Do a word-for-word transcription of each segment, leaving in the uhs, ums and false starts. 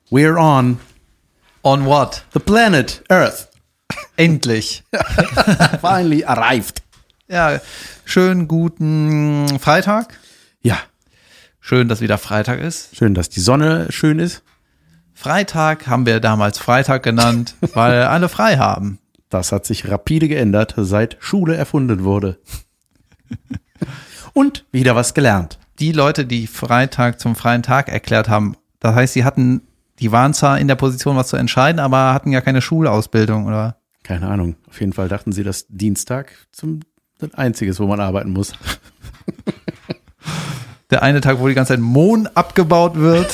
We're on On what? the planet Earth. Endlich. Finally arrived. Ja, schönen guten Freitag. Ja, Schön, dass wieder Freitag ist. schön, dass die Sonne schön ist. Freitag haben wir damals Freitag genannt, weil alle frei haben. Das hat sich rapide geändert, seit Schule erfunden wurde. Und wieder was gelernt. Die Leute, die Freitag zum freien Tag erklärt haben, das heißt, sie hatten, die waren zwar in der Position, was zu entscheiden, aber hatten ja keine Schulausbildung, oder? Keine Ahnung. Auf jeden Fall dachten sie, dass Dienstag zum das Einzige ist, wo man arbeiten muss. Der eine Tag, wo die ganze Zeit Mohn abgebaut wird.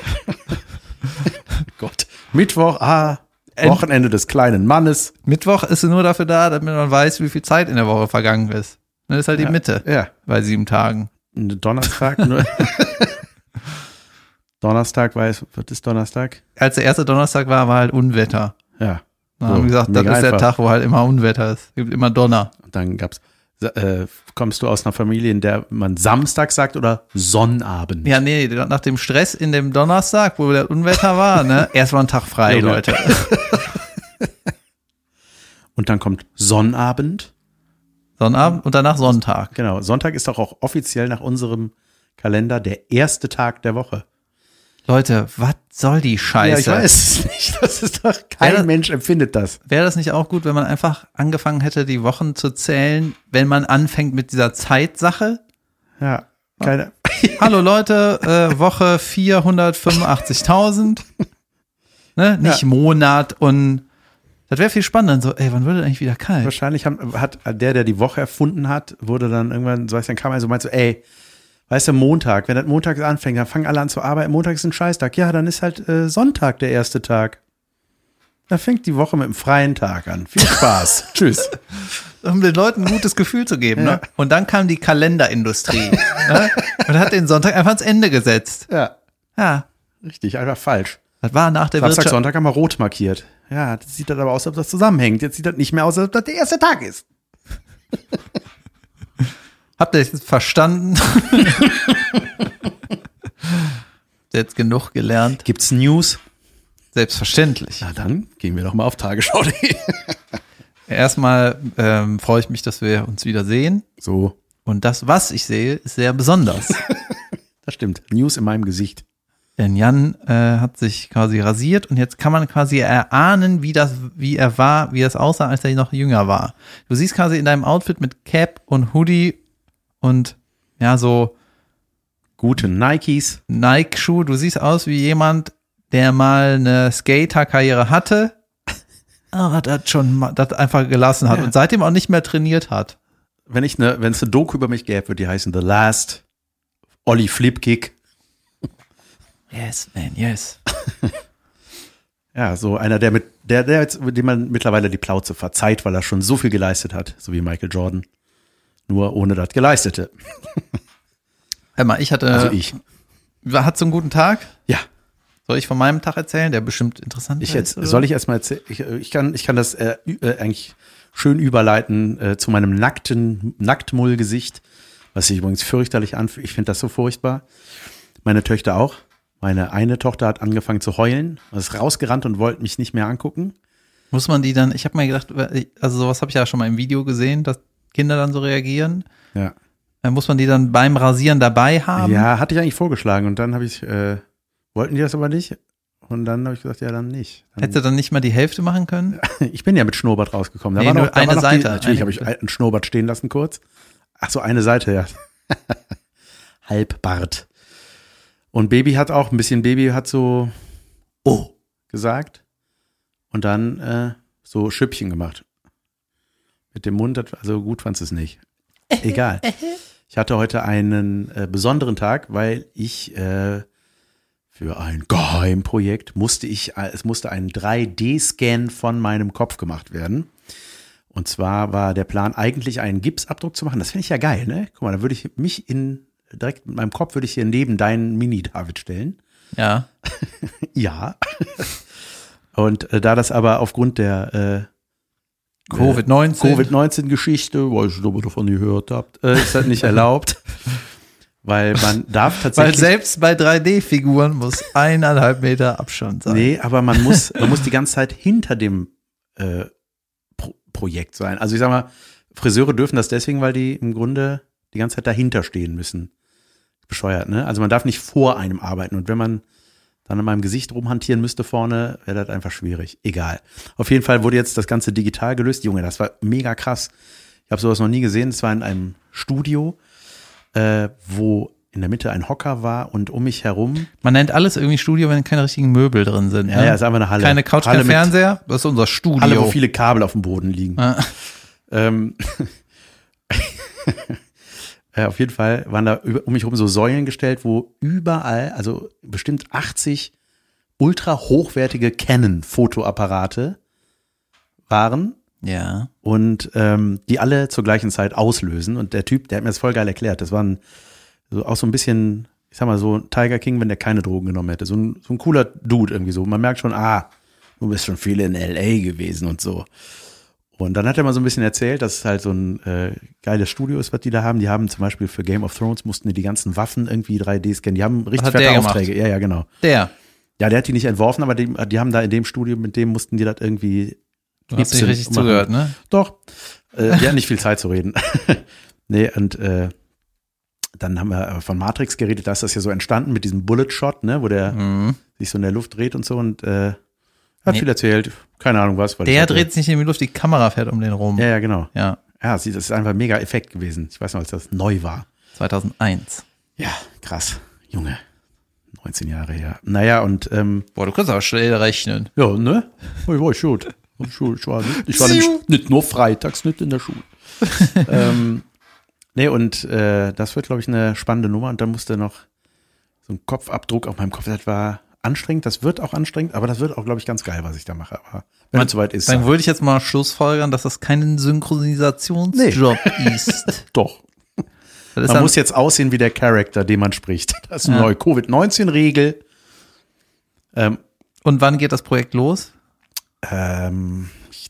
Gott. Mittwoch, ah, Wochenende des kleinen Mannes. Mittwoch ist nur dafür da, damit man weiß, wie viel Zeit in der Woche vergangen ist. Das ist halt die Ja, Mitte ja. bei sieben Tagen. Und Donnerstag nur. Donnerstag weiß, was ist Donnerstag? Als der erste Donnerstag war, war halt Unwetter. Ja. Da haben wir gesagt, das mega ist der einfach. Tag, wo halt immer Unwetter ist. Es gibt immer Donner. Und dann gab's, äh, kommst du aus einer Familie, in der man Samstag sagt oder Sonnabend? Ja, nee, nach dem Stress in dem Donnerstag, wo der Unwetter war, ne, erstmal einen Tag frei, Junge. Leute. Und dann kommt Sonnabend. Sonnabend und danach Sonntag. Genau. Sonntag ist doch auch offiziell nach unserem Kalender der erste Tag der Woche. Leute, was soll die Scheiße? Ja, ich weiß es nicht. Das ist doch, kein Ja, das- Mensch empfindet das. Wäre das nicht auch gut, wenn man einfach angefangen hätte, die Wochen zu zählen, wenn man anfängt mit dieser Zeitsache? Ja. Keine, Hallo Leute, äh, Woche vierhundertfünfundachtzigtausend. Ne? Nicht Ja. Monat und das wäre viel spannender. So, ey, wann wird es eigentlich wieder kalt? wahrscheinlich haben, hat der, der die Woche erfunden hat, wurde dann irgendwann, so heißt, dann kam er so, meinst so, ey, weißt du, Montag, wenn das montags anfängt, dann fangen alle an zu arbeiten. Montag ist ein Scheißtag. Ja, dann ist halt äh, Sonntag der erste Tag. Da fängt die Woche mit einem freien Tag an. Viel Spaß. Tschüss. Um den Leuten ein gutes Gefühl zu geben. Ja. Ne? Und dann kam die Kalenderindustrie ne? und hat den Sonntag einfach ans Ende gesetzt. Ja, Ja, richtig, einfach falsch. das war nach der Samstag, Wirtschaft. Sonntag haben wir rot markiert. Ja, das sieht dann aber aus, als ob das zusammenhängt. Jetzt sieht das nicht mehr aus, als ob das der erste Tag ist. Habt ihr das jetzt verstanden? Jetzt genug gelernt. Gibt's News? Selbstverständlich. Na dann gehen wir doch mal auf Tagesschau punkt de. Erstmal ähm, freue ich mich, dass wir uns wieder sehen. So, Und das, was ich sehe, ist sehr besonders. das stimmt. News in meinem Gesicht. Denn Jan äh, hat sich quasi rasiert und jetzt kann man quasi erahnen, wie das, wie er war, wie es aussah, als er noch jünger war. Du siehst quasi in deinem Outfit mit Cap und Hoodie und ja, so Gute Nikes. Nike-Schuhe. Du siehst aus wie jemand, der mal eine Skater-Karriere hatte, aber das schon mal- das einfach gelassen hat Ja. und seitdem auch nicht mehr trainiert hat. Wenn ich eine, wenn es eine Doku über mich gäbe, würde die heißen The Last Olli Flipkick. Yes, man, yes. Ja, so einer, der mit, der, der jetzt, dem man mittlerweile die Plauze verzeiht, weil er schon so viel geleistet hat, so wie Michael Jordan. Nur ohne das Geleistete. Hör mal, ich hatte, Also ich. hat so einen guten Tag? Ja. Soll ich von meinem Tag erzählen, der bestimmt interessant Ich ist? jetzt, oder? soll ich erstmal erzählen? Ich, ich kann, ich kann das äh, ü- äh, eigentlich schön überleiten äh, zu meinem nackten Nacktmullgesicht, was sich übrigens fürchterlich anfühlt. Ich finde das so furchtbar. Meine Töchter auch. Meine eine Tochter hat angefangen zu heulen, ist rausgerannt und wollte mich nicht mehr angucken. Muss man die dann, ich habe mir gedacht, also sowas habe ich ja schon mal im Video gesehen, dass Kinder dann so reagieren. Ja. Dann muss man die dann beim Rasieren dabei haben. Ja, hatte ich eigentlich vorgeschlagen und dann habe ich, äh, wollten die das aber nicht? Und dann habe ich gesagt, ja, dann nicht. Dann, Hättest du dann nicht mal die Hälfte machen können? ich bin ja mit Schnurrbart rausgekommen. Da Nee, war noch, nur da eine war noch Seite. Die, natürlich Eine- habe ich einen Schnurrbart stehen lassen kurz. Ach so, eine Seite, ja. Halbbart. Und Baby hat auch, ein bisschen Baby hat so oh gesagt und dann äh, so Schüppchen gemacht. Mit dem Mund, das- also gut fand's es nicht. Egal. Ich hatte heute einen äh, besonderen Tag, weil ich äh, für ein Geheimprojekt musste ich, äh, es musste ein drei D-Scan von meinem Kopf gemacht werden. Und zwar war der Plan eigentlich einen Gipsabdruck zu machen. Das finde ich ja geil, ne? Guck mal, da würde ich mich in, direkt mit meinem Kopf würde ich hier neben deinen Mini-David stellen. Ja. Ja. Und äh, da das aber aufgrund der äh, Covid neunzehn. Covid neunzehn Geschichte, weil ich glaube, davon gehört habt, äh, ist das nicht erlaubt. weil man darf Weil tatsächlich. selbst bei drei D-Figuren muss eineinhalb Meter Abstand sein. Nee, aber man muss, man muss die ganze Zeit hinter dem äh, Pro- Projekt sein. Also ich sag mal, Friseure dürfen das deswegen, weil die im Grunde die ganze Zeit dahinter stehen müssen. Bescheuert, ne? Also man darf nicht vor einem arbeiten. Und wenn man dann an meinem Gesicht rumhantieren müsste vorne, wäre das einfach schwierig. Egal. Auf jeden Fall wurde jetzt das Ganze digital gelöst. Junge, das war mega krass. Ich habe sowas noch nie gesehen. Es war in einem Studio, äh, wo in der Mitte ein Hocker war und um mich herum. Man nennt alles irgendwie Studio, wenn keine richtigen Möbel drin sind. Ja, ne? ja, ist einfach eine Halle. Keine Couch, Halle kein mit- Fernseher. Das ist unser Studio. Halle, wo viele Kabel auf dem Boden liegen. Ah. Ähm, äh, auf jeden Fall waren da über, um mich herum so Säulen gestellt, wo überall, also bestimmt achtzig ultra hochwertige Canon-Fotoapparate waren Ja. und ähm, die alle zur gleichen Zeit auslösen. Und der Typ, der hat mir das voll geil erklärt. Das war ein, so, auch so ein bisschen, ich sag mal so Tiger King, wenn der keine Drogen genommen hätte. So ein, so ein cooler Dude irgendwie so. Man merkt schon, ah, du bist schon viel in L A gewesen und so. Und dann hat er mal so ein bisschen erzählt, dass es halt so ein äh, geiles Studio ist, was die da haben. Die haben zum Beispiel für Game of Thrones mussten die die ganzen Waffen irgendwie drei D scannen. Die haben richtig hat fette der Aufträge. gemacht? Ja, ja, genau. Der. Ja, der hat die nicht entworfen, aber die, die haben da in dem Studio, mit dem mussten die das irgendwie Du hast nicht knipsen richtig machen. zugehört, ne? Doch. Äh, die hatten nicht viel Zeit zu reden. Nee, und äh, dann haben wir von Matrix geredet, da ist das ja so entstanden mit diesem Bullet Shot, ne, wo der Mhm. sich so in der Luft dreht und so und äh, hat Nee. viel erzählt. Keine Ahnung was. Weil ich Der hatte- dreht sich nicht in die Luft, die Kamera fährt um den rum. Ja, ja, genau. Ja. Ja, das ist einfach ein mega Effekt gewesen. Ich weiß noch, als das neu war. zweitausendeins. Ja, krass. Junge. neunzehn Jahre her. Naja, und ähm, Boah, du kannst aber schnell rechnen. ja, ne? Ich war schon. Ich war, ich war, nicht, ich war nämlich nicht nur freitags nicht in der Schule. ähm, nee, und äh, das wird, glaube ich, eine spannende Nummer. Und dann musste noch so ein Kopfabdruck auf meinem Kopf. Das war anstrengend. Das wird auch anstrengend, aber das wird auch, glaube ich, ganz geil, was ich da mache. Aber wenn es soweit ist, Dann würde ich jetzt mal schlussfolgern, dass das kein Synchronisationsjob ist. doch. Das ist Man dann, muss jetzt aussehen wie der Charakter, den man spricht. Das ist eine Ja. neue Covid neunzehn Regel. Ähm, und wann geht das Projekt los? ähm,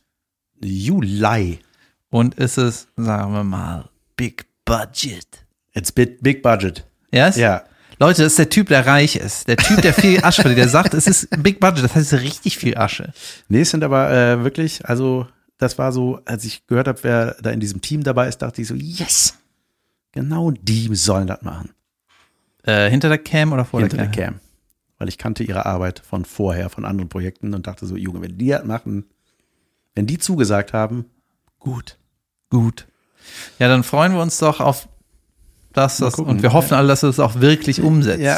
Juli. Und ist es, sagen wir mal, Big Budget? It's big, big budget. Yes? Ja. Leute, das ist der Typ, der reich ist. Der Typ, der viel Asche verdient. Der sagt, es ist Big Budget. Das heißt richtig viel Asche. Nee, es sind aber äh, wirklich, also das war so, als ich gehört habe, wer da in diesem Team dabei ist, dachte ich so, yes, genau die sollen das machen. Äh, hinter der Cam oder vor Hinter der der Cam? Cam. Weil ich kannte ihre Arbeit von vorher, von anderen Projekten und dachte so, Junge, wenn die das machen, wenn die zugesagt haben, gut. Gut. Ja, dann freuen wir uns doch auf das, Mal das gucken. und wir hoffen alle, dass du es auch wirklich umsetzt. Ja.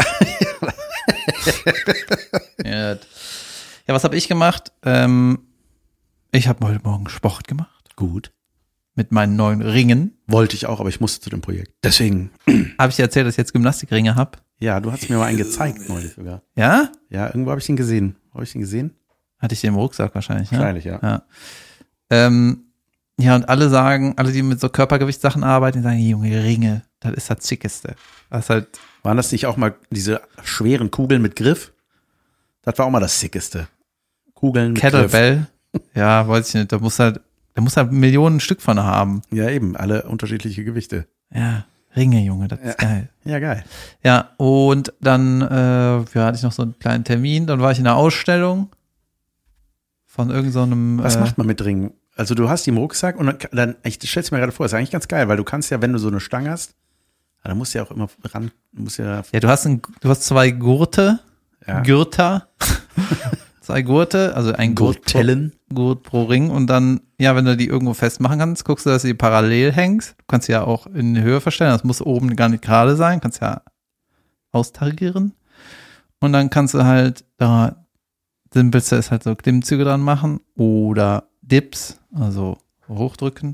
Ja, ja was habe ich gemacht? Ähm, ich habe heute Morgen Sport gemacht Gut. mit meinen neuen Ringen. Wollte ich auch, aber ich musste zu dem Projekt. Deswegen, Habe ich dir erzählt, dass ich jetzt Gymnastikringe habe? ja, du hast mir mal einen gezeigt neulich sogar. Ja? Ja, irgendwo habe ich den gesehen. Habe ich den gesehen? Hatte ich den im Rucksack wahrscheinlich, ne? Wahrscheinlich, ja. Ja. Ähm, ja, und alle sagen, alle, die mit so Körpergewichtssachen arbeiten, die sagen, Junge, Ringe, das ist das Zickeste. Das ist halt, Waren das nicht auch mal diese schweren Kugeln mit Griff? Das war auch mal das Sickeste. Kugeln mit Griff. Kettlebell. Ja, weiß ich nicht, da muss halt, da muss halt Millionen Stück von haben. Ja, eben, alle unterschiedliche Gewichte. Ja, Ringe, Junge, das ist geil. Ja, geil. Ja, und dann äh, ja, hatte ich noch so einen kleinen Termin, dann war ich in einer Ausstellung von irgend so einem Was äh, macht man mit Ringen? Also du hast die im Rucksack und dann, dann ich stell's mir gerade vor, ist eigentlich ganz geil, weil du kannst ja, wenn du so eine Stange hast, ja, dann musst du ja auch immer ran, musst ja, ja, du hast ein, du hast zwei Gurte, ja. Gürter, zwei Gurte, also ein Gurt pro, Gurtellen. Gurt pro Ring und dann, ja, wenn du die irgendwo festmachen kannst, guckst du, dass du die parallel hängst. Du kannst sie ja auch in die Höhe verstellen, das muss oben gar nicht gerade sein, kannst ja austarieren. Und dann kannst du halt, da simpelste ist halt so Klimmzüge dran machen oder Dips, also hochdrücken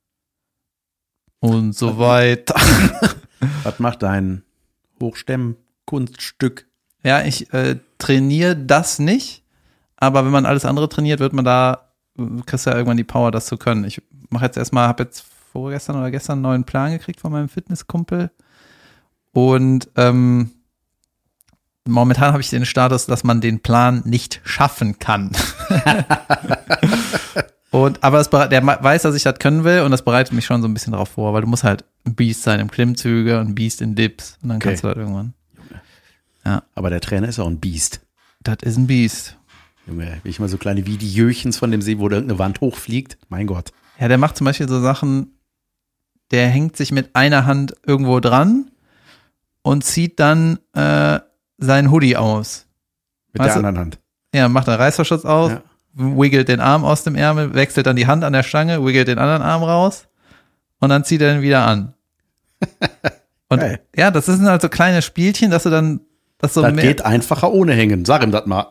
und so weiter. Was macht dein Hochstemm-Kunststück? Ja, ich äh, trainiere das nicht, aber wenn man alles andere trainiert, wird man da, kriegst du ja irgendwann die Power, das zu können. Ich mache jetzt erstmal, habe jetzt vorgestern oder gestern einen neuen Plan gekriegt von meinem Fitnesskumpel und ähm, momentan habe ich den Status, dass man den Plan nicht schaffen kann. Und, aber es, der weiß, dass ich das können will und das bereitet mich schon so ein bisschen darauf vor, weil du musst halt ein Biest sein im Klimmzüge und ein Biest in Dips und dann Okay. kannst du das irgendwann. Ja. Aber der Trainer ist auch ein Biest. Das ist ein Biest. Junge, wenn ich mal so kleine Videochens von dem sehe, wo da irgendeine Wand hochfliegt, mein Gott. Ja, der macht zum Beispiel so Sachen, der hängt sich mit einer Hand irgendwo dran und zieht dann äh, seinen Hoodie aus. Mit Weißt der du? anderen Hand. Ja, macht einen Reißverschluss aus, Ja. wiggelt den Arm aus dem Ärmel, wechselt dann die Hand an der Stange, wiggelt den anderen Arm raus und dann zieht er ihn wieder an. Und Geil. ja, das sind halt so kleine Spielchen, dass du dann das so Das mehr, geht einfacher ohne Hängen. Sag ihm das mal.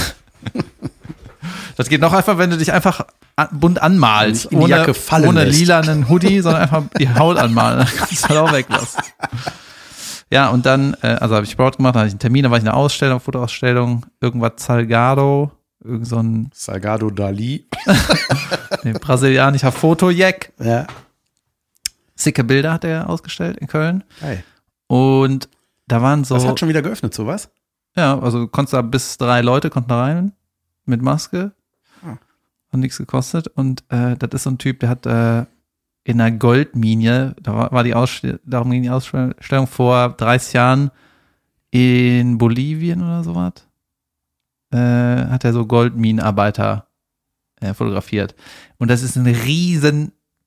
das geht noch einfach, wenn du dich einfach an, bunt anmalst, Nicht in die ohne, Jacke fallen ohne lässt. lilanen Hoodie, sondern einfach die Haut anmalen, dann kannst du halt auch weglassen. Ja, und dann, äh, also habe ich Sport gemacht, dann hatte ich einen Termin, da war ich in einer Ausstellung, Fotoausstellung, irgendwas Salgado, irgend so ein Salgado Dali. nee, brasilianischer Fotojack. Ja. Sicke Bilder hat er ausgestellt in Köln. Geil. Und da waren so, Das hat schon wieder geöffnet, sowas? ja, also konntest da bis drei Leute konnten da rein mit Maske. Ah. Hat nichts gekostet. Und äh, das ist so ein Typ, der hat äh, in einer Goldmine, da war, war die Ausstellung, darum ging die Ausstellung vor dreißig Jahren in Bolivien oder sowas, äh, hat er so Goldminenarbeiter äh, fotografiert. Und das ist ein riesen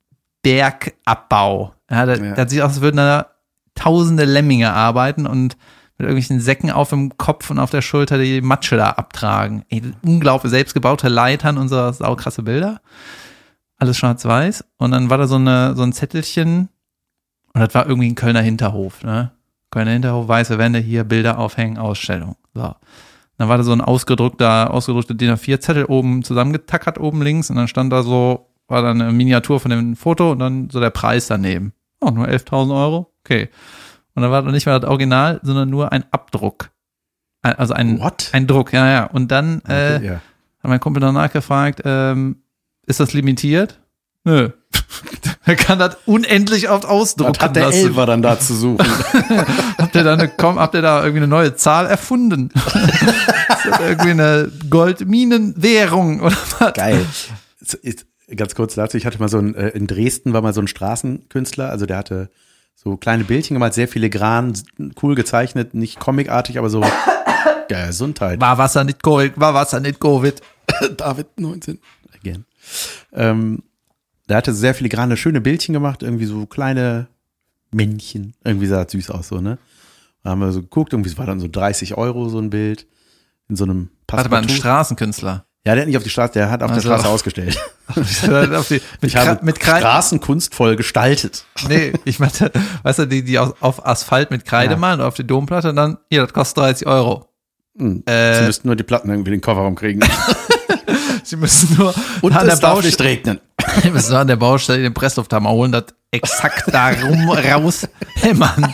Bergabbau. Ja, das, Ja. das sieht aus, als würden da tausende Lemminge arbeiten und mit irgendwelchen Säcken auf dem Kopf und auf der Schulter die Matsche da abtragen. Ey, unglaublich, selbstgebaute Leitern und so saukrasse Bilder. Alles schwarz-weiß. Und dann war da so, eine, so ein Zettelchen und das war irgendwie ein Kölner Hinterhof. Ne? Kölner Hinterhof, weiße Wände, hier Bilder aufhängen, Ausstellung. So. Dann war da so ein ausgedruckter, ausgedruckter D I N A vier Zettel oben zusammengetackert, oben links. Und dann stand da so, war da eine Miniatur von dem Foto und dann so der Preis daneben. Oh, nur elftausend Euro? Okay. Und dann war das nicht mehr das Original, sondern nur ein Abdruck. Ein- Also ein, What? ein Druck, ja, ja. Und dann äh, Okay, ja. hat mein Kumpel danach gefragt, ähm, ist das limitiert? Nö. Er kann das unendlich oft ausdrucken Was hat der lassen. Elfer dann da zu suchen? Habt ihr da eine, komm, habt ihr da irgendwie eine neue Zahl erfunden? Ist das irgendwie eine Goldminenwährung oder was? Geil. Ist, ist, ganz kurz dazu, ich hatte mal so ein, äh, in Dresden war mal so ein Straßenkünstler, also der hatte so kleine Bildchen gemalt, sehr filigran, cool gezeichnet, nicht comicartig, aber so Gesundheit. War Wasser nicht Covid, war Wasser nicht Covid. David neunzehn, again. Ähm, der hatte sehr filigrane, schöne Bildchen gemacht, irgendwie so kleine Männchen, irgendwie sah das süß aus, so, ne? Da haben wir so geguckt, irgendwie es war dann so dreißig Euro so ein Bild in so einem Warte mal, ein Passepartout. Straßenkünstler. Ja, der hat nicht auf die Straße, der hat auf Also- der Straße ausgestellt. Auf die, mit, Ich habe Kre- mit Kreide. Straßen kunstvoll gestaltet. Nee, ich meinte, weißt du, die, die auf, auf Asphalt mit Kreide Ja. malen, auf die Domplatte und dann, hier, das kostet dreißig Euro. Hm. Äh, Sie müssten nur die Platten irgendwie in den Kofferraum kriegen. Sie müssen nur Und an der es darf Baustelle, nicht regnen. Sie müssen nur an der Baustelle den Presslufthammer holen, das exakt da rum raushämmern.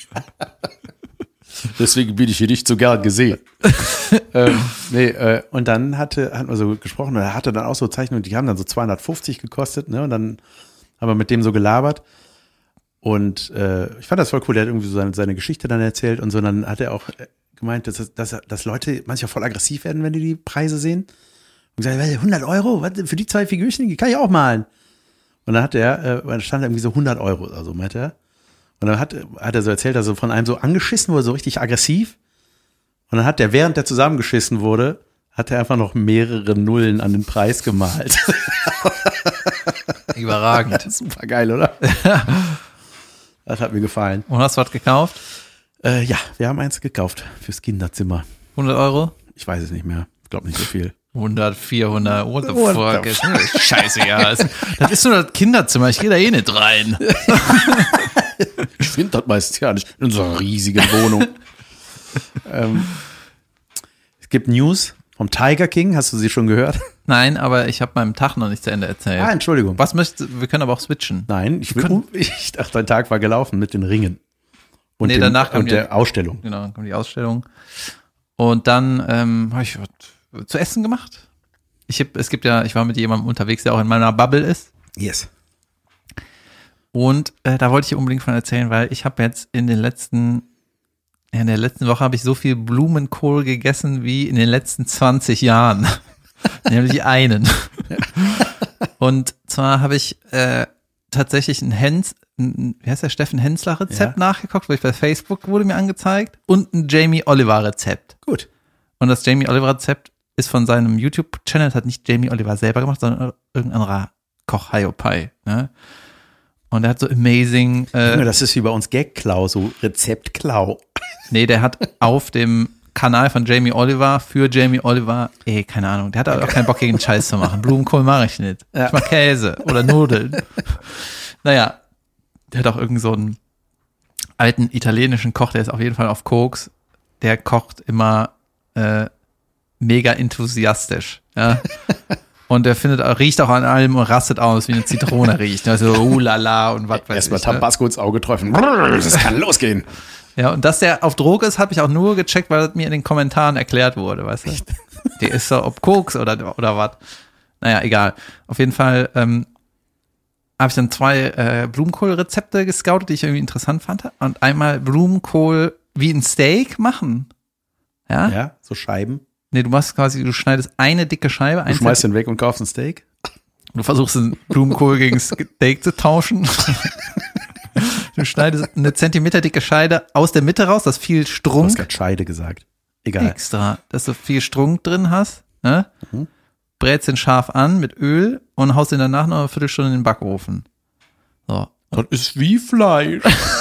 Deswegen bin ich hier nicht so gern gesehen. ähm, nee, äh, und dann hatte, hat man so gesprochen und er hatte dann auch so Zeichnungen, die haben dann so zweihundertfünfzig gekostet, ne? Und dann haben wir mit dem so gelabert. Und äh, ich fand das voll cool, der hat irgendwie so seine, seine Geschichte dann erzählt und so. Und dann hat er auch äh, gemeint, dass, dass, dass Leute manchmal voll aggressiv werden, wenn die die Preise sehen. Und gesagt, "Was, hundert Euro? Was, für die zwei Figürchen, die kann ich auch malen. Und dann hat er, äh, dann stand da irgendwie so hundert Euro oder so, meinte er. Und dann hat, hat er so erzählt, dass er von einem so angeschissen wurde, so richtig aggressiv. Und dann hat der, während der zusammengeschissen wurde, hat er einfach noch mehrere Nullen an den Preis gemalt. Überragend. Super geil, oder? Das hat mir gefallen. Und hast du was gekauft? Äh, ja, wir haben eins gekauft fürs Kinderzimmer. hundert Euro? Ich weiß es nicht mehr. Ich glaube nicht so viel. hundert, vierhundert, what the What fuck? the Ist mir scheißegal. Das ist nur das Kinderzimmer, ich gehe da eh nicht rein. Ich finde das meistens ja nicht in so einer riesigen Wohnung. ähm, es gibt News vom Tiger King. Hast du sie schon gehört? Nein, aber ich habe meinem Tag noch nicht zu Ende erzählt. Ah, Entschuldigung. Was möchtest wir können aber auch switchen. Nein, ich, Wir will, können- ich dachte, dein Tag war gelaufen mit den Ringen. Und, Nee, dem, danach kam und die- der Ausstellung. Genau, dann kommt die Ausstellung. Und dann ähm, habe ich was zu essen gemacht. Ich hab, es gibt ja, ich war mit jemandem unterwegs, der auch in meiner Bubble ist. Yes. Und äh, da wollte ich unbedingt von erzählen, weil ich habe jetzt in den letzten, in der letzten Woche habe ich so viel Blumenkohl gegessen wie in den letzten zwanzig Jahren. Nämlich einen. Und zwar habe ich äh, tatsächlich ein Hens, ein, wie heißt der, Steffen Hensler Rezept Ja. nachgeguckt, weil ich bei Facebook wurde mir angezeigt und ein Jamie Oliver Rezept. Gut. Und das Jamie Oliver Rezept ist von seinem YouTube-Channel, das hat nicht Jamie Oliver selber gemacht, sondern irgendein anderer Koch, Hiopai, ne? Und der hat so amazing, äh, Das ist wie bei uns Gag-Klau, so Rezept-Klau. nee, der hat auf dem Kanal von Jamie Oliver für Jamie Oliver, ey, keine Ahnung, der hat auch keinen Bock gegen Scheiß zu machen. Blumenkohl mache ich nicht. Ja. Ich mach Käse oder Nudeln. Naja, der hat auch irgend so einen alten italienischen Koch, der ist auf jeden Fall auf Koks. Der kocht immer äh, mega enthusiastisch, ja. Und der findet, riecht auch an allem und rastet aus, wie eine Zitrone riecht. Also, uh la la und was weiß Erstmal ich. Ne? Tabasco ins Auge treffen. Das kann losgehen. Ja, und dass der auf Droge ist, habe ich auch nur gecheckt, weil das mir in den Kommentaren erklärt wurde, weißt du? Der ist so ob Koks oder, oder was. Naja, egal. Auf jeden Fall ähm, habe ich dann zwei äh, Blumenkohl-Rezepte gescoutet, die ich irgendwie interessant fand. Und einmal Blumenkohl wie ein Steak machen. Ja? Ja, so Scheiben. Nee, du machst quasi, du schneidest eine dicke Scheibe. Du schmeißt den weg und kaufst ein Steak. Du versuchst den Blumenkohl gegen Steak zu tauschen. Du schneidest eine Zentimeter dicke Scheide aus der Mitte raus, dass viel Du hast Strunk gerade Scheide gesagt. Egal. extra, dass du viel Strunk drin hast. Ne? Mhm. Brätst den scharf an mit Öl und haust den danach noch eine Viertelstunde in den Backofen. So. Das ist wie Fleisch.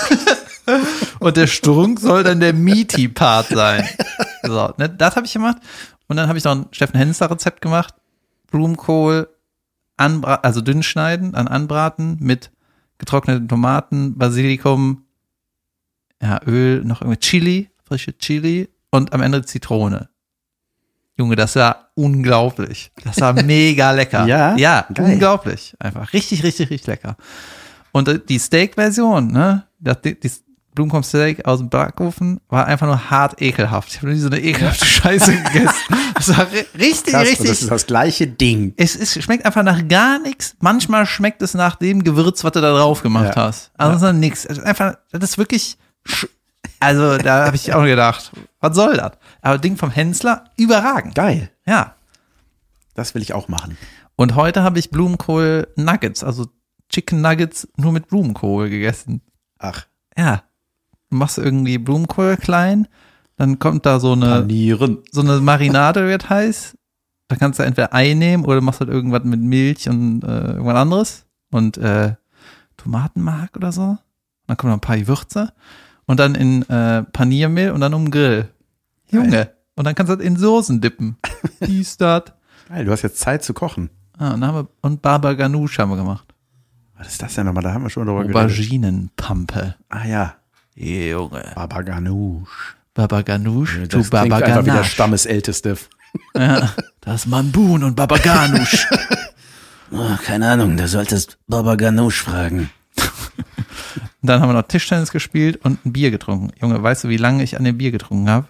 Und der Strunk soll dann der Meaty-Part sein. So, ne, das habe ich gemacht. Und dann habe ich noch ein Steffen Hensler Rezept gemacht. Blumenkohl, anbra- also dünn schneiden, dann anbraten mit getrockneten Tomaten, Basilikum, ja, Öl, noch irgendwie Chili, frische Chili und am Ende Zitrone. Junge, das war unglaublich. Das war mega lecker. Ja? Ja, Geil. unglaublich. Einfach richtig, richtig, richtig lecker. Und äh, die Steak-Version, ne, das, die, die Blumenkohl-Steak aus dem Backofen war einfach nur hart ekelhaft. Ich habe noch nie so eine ekelhafte Scheiße gegessen. Das war ri- richtig, Krass, richtig. das ist das gleiche Ding. Es ist, schmeckt einfach nach gar nichts. Manchmal schmeckt es nach dem Gewürz, was du da drauf gemacht Ja. hast. Also ja. Nix. Es ist einfach, das ist wirklich, sch- also da habe ich auch gedacht, was soll das? Aber Ding vom Hensler, überragend. Geil. Ja. Das will ich auch machen. Und heute habe ich Blumenkohl Nuggets, also Chicken Nuggets nur mit Blumenkohl gegessen. Ach, Ja. Du machst irgendwie Blumenkohl klein, dann kommt da so eine, panieren. so eine Marinade, wird heiß. Da kannst du entweder Ei nehmen oder machst halt irgendwas mit Milch und äh, irgendwas anderes. Und äh, Tomatenmark oder so. Und dann kommen noch ein paar Gewürze. Und dann in äh, Paniermehl und dann um den Grill. Junge. Geil. Und dann kannst du das in Soßen dippen. Dies, das. Geil, du hast jetzt Zeit zu kochen. Ah, und, dann haben wir, und Baba Ganoush haben wir gemacht. Was ist das denn nochmal? Da haben wir schon drüber geredet. Auberginenpampe. Ah ja, Junge. Baba Ganoush. Baba Ganoush Das zu klingt Baba einfach wie der Ganache. Stammesälteste. Ja, das ist Mambun und Baba Ganoush. Oh, keine Ahnung, du solltest Baba Ganoush fragen. Und dann haben wir noch Tischtennis gespielt und ein Bier getrunken. Junge, weißt du, wie lange ich an dem Bier getrunken habe?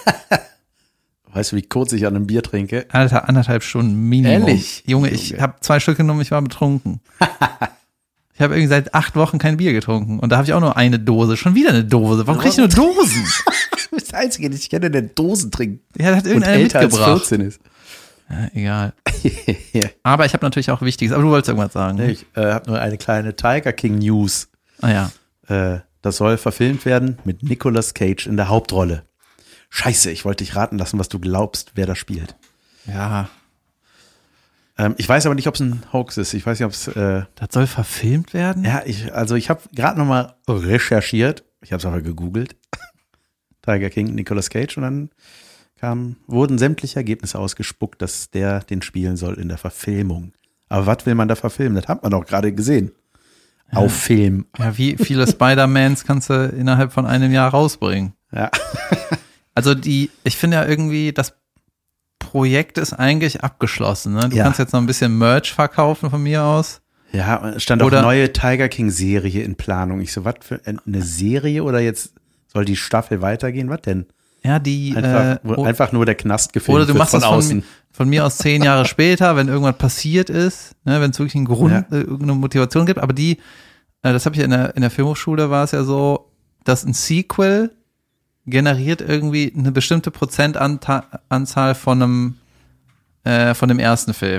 Weißt du, wie kurz ich an einem Bier trinke? Alter, anderthalb Stunden Minimum. Ehrlich? Junge, ich Junge. habe zwei Stück genommen, ich war betrunken. Ich habe irgendwie seit acht Wochen kein Bier getrunken. Und da habe ich auch nur eine Dose. Schon wieder eine Dose. Warum krieg ich nur Dosen? Du bist der Einzige, den ich kenne, der Dosen trinkt. Ja, das hat Und irgendeiner älter als mitgebracht. vierzehn ist. Ja, egal. Aber ich habe natürlich auch Wichtiges. Aber du wolltest irgendwas sagen. Nee, ich äh, habe nur eine kleine Tiger King News. Ah ja. Äh, das soll verfilmt werden mit Nicolas Cage in der Hauptrolle. Scheiße, ich wollte dich raten lassen, was du glaubst, wer da spielt. Ja, Ähm, ich weiß aber nicht, ob es ein Hoax ist. Ich weiß nicht, ob es äh, das soll verfilmt werden? ja, ich, also ich habe gerade noch mal recherchiert. Ich habe es aber gegoogelt. Tiger King, Nicolas Cage und dann kam, wurden sämtliche Ergebnisse ausgespuckt, dass der den spielen soll in der Verfilmung. Aber was will man da verfilmen? Das hat man doch gerade gesehen. Ja. Auf Film. Ja, wie viele Spider-Mans kannst du innerhalb von einem Jahr rausbringen? Ja. Also die, ich finde ja irgendwie, das Projekt ist eigentlich abgeschlossen. Ne? Du Ja. kannst jetzt noch ein bisschen Merch verkaufen von mir aus. Ja, es stand auch Oder- neue Tiger King Serie in Planung. Ich so, was für eine Serie oder jetzt soll die Staffel weitergehen? Was denn? Ja, die Einfach, äh, wo o- einfach nur der Knast gefilmt oder du wird machst von das von, außen. mi- von mir aus zehn Jahre später, wenn irgendwas passiert ist, ne, wenn es wirklich einen Grund, Ja. äh, irgendeine Motivation gibt. Aber die, äh, das habe ich in der, in der Filmhochschule, war es ja so, dass ein Sequel generiert irgendwie eine bestimmte Prozentanzahl von einem äh, von dem ersten Film.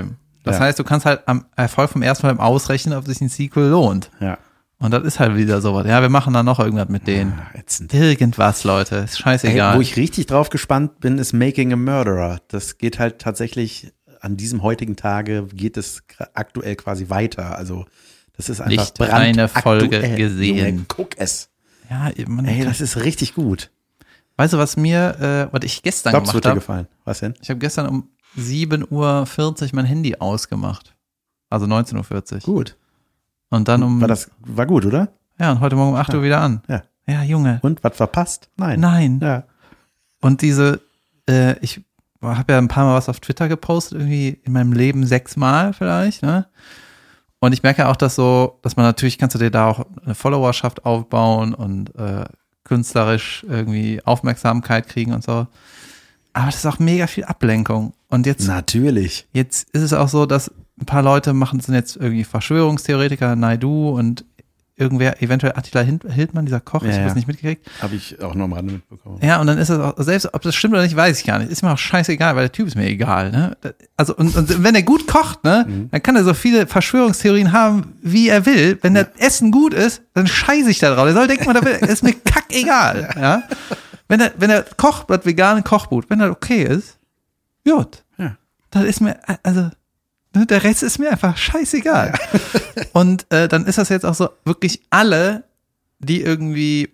Das Ja. heißt, du kannst halt am Erfolg vom ersten Mal ausrechnen, ob sich ein Sequel lohnt. Ja. Und das ist halt wieder sowas. Ja, wir machen dann noch irgendwas mit denen. Ah, ätzend. Irgendwas, Leute. Ist scheißegal. Ey, wo ich richtig drauf gespannt bin, ist Making a Murderer. Das geht halt tatsächlich, an diesem heutigen Tage geht es aktuell quasi weiter. Also das ist einfach Nicht eine Folge brandaktuell. gesehen. Junge, guck es. ja, man, Ey, das ist richtig gut. weißt du, was mir, äh, was ich gestern Glaubst, wird gemacht dir habe? gefallen. Was denn? Ich habe gestern um sieben Uhr vierzig mein Handy ausgemacht. Also neunzehn Uhr vierzig. Gut. Und dann um, War das, war gut, oder? ja, und heute Morgen um acht Uhr wieder an. Ja. Ja, Junge. Und, was verpasst? Nein. Nein. Ja. Und diese, äh, ich habe ja ein paar Mal was auf Twitter gepostet, irgendwie in meinem Leben sechsmal vielleicht, ne? Und ich merke auch, dass so, dass man natürlich, kannst du dir da auch eine Followerschaft aufbauen und äh, künstlerisch irgendwie Aufmerksamkeit kriegen und so. Aber das ist auch mega viel Ablenkung. Und jetzt, Natürlich. jetzt ist es auch so, dass ein paar Leute machen, sind jetzt irgendwie Verschwörungstheoretiker, Naidu und irgendwer, eventuell Attila Hildmann, dieser Koch, Ja, ich habe ja. das nicht mitgekriegt. Habe ich auch noch am Rande mitbekommen. Ja, und dann ist es auch, selbst ob das stimmt oder nicht, weiß ich gar nicht. Ist mir auch scheißegal, weil der Typ ist mir egal, ne? Also, und, und wenn er gut kocht, ne, Mhm. dann kann er so viele Verschwörungstheorien haben, wie er will. Wenn das Essen gut ist, dann scheiße ich da drauf. Der soll denken, was er will. Ist mir kackegal, ja? Wenn er, wenn er kocht, das vegane Kochbuch, wenn das okay ist, gut. Ja. Dann ist mir, also, ne, der Rest ist mir einfach scheißegal. Und äh, dann ist das jetzt auch so, wirklich alle, die irgendwie,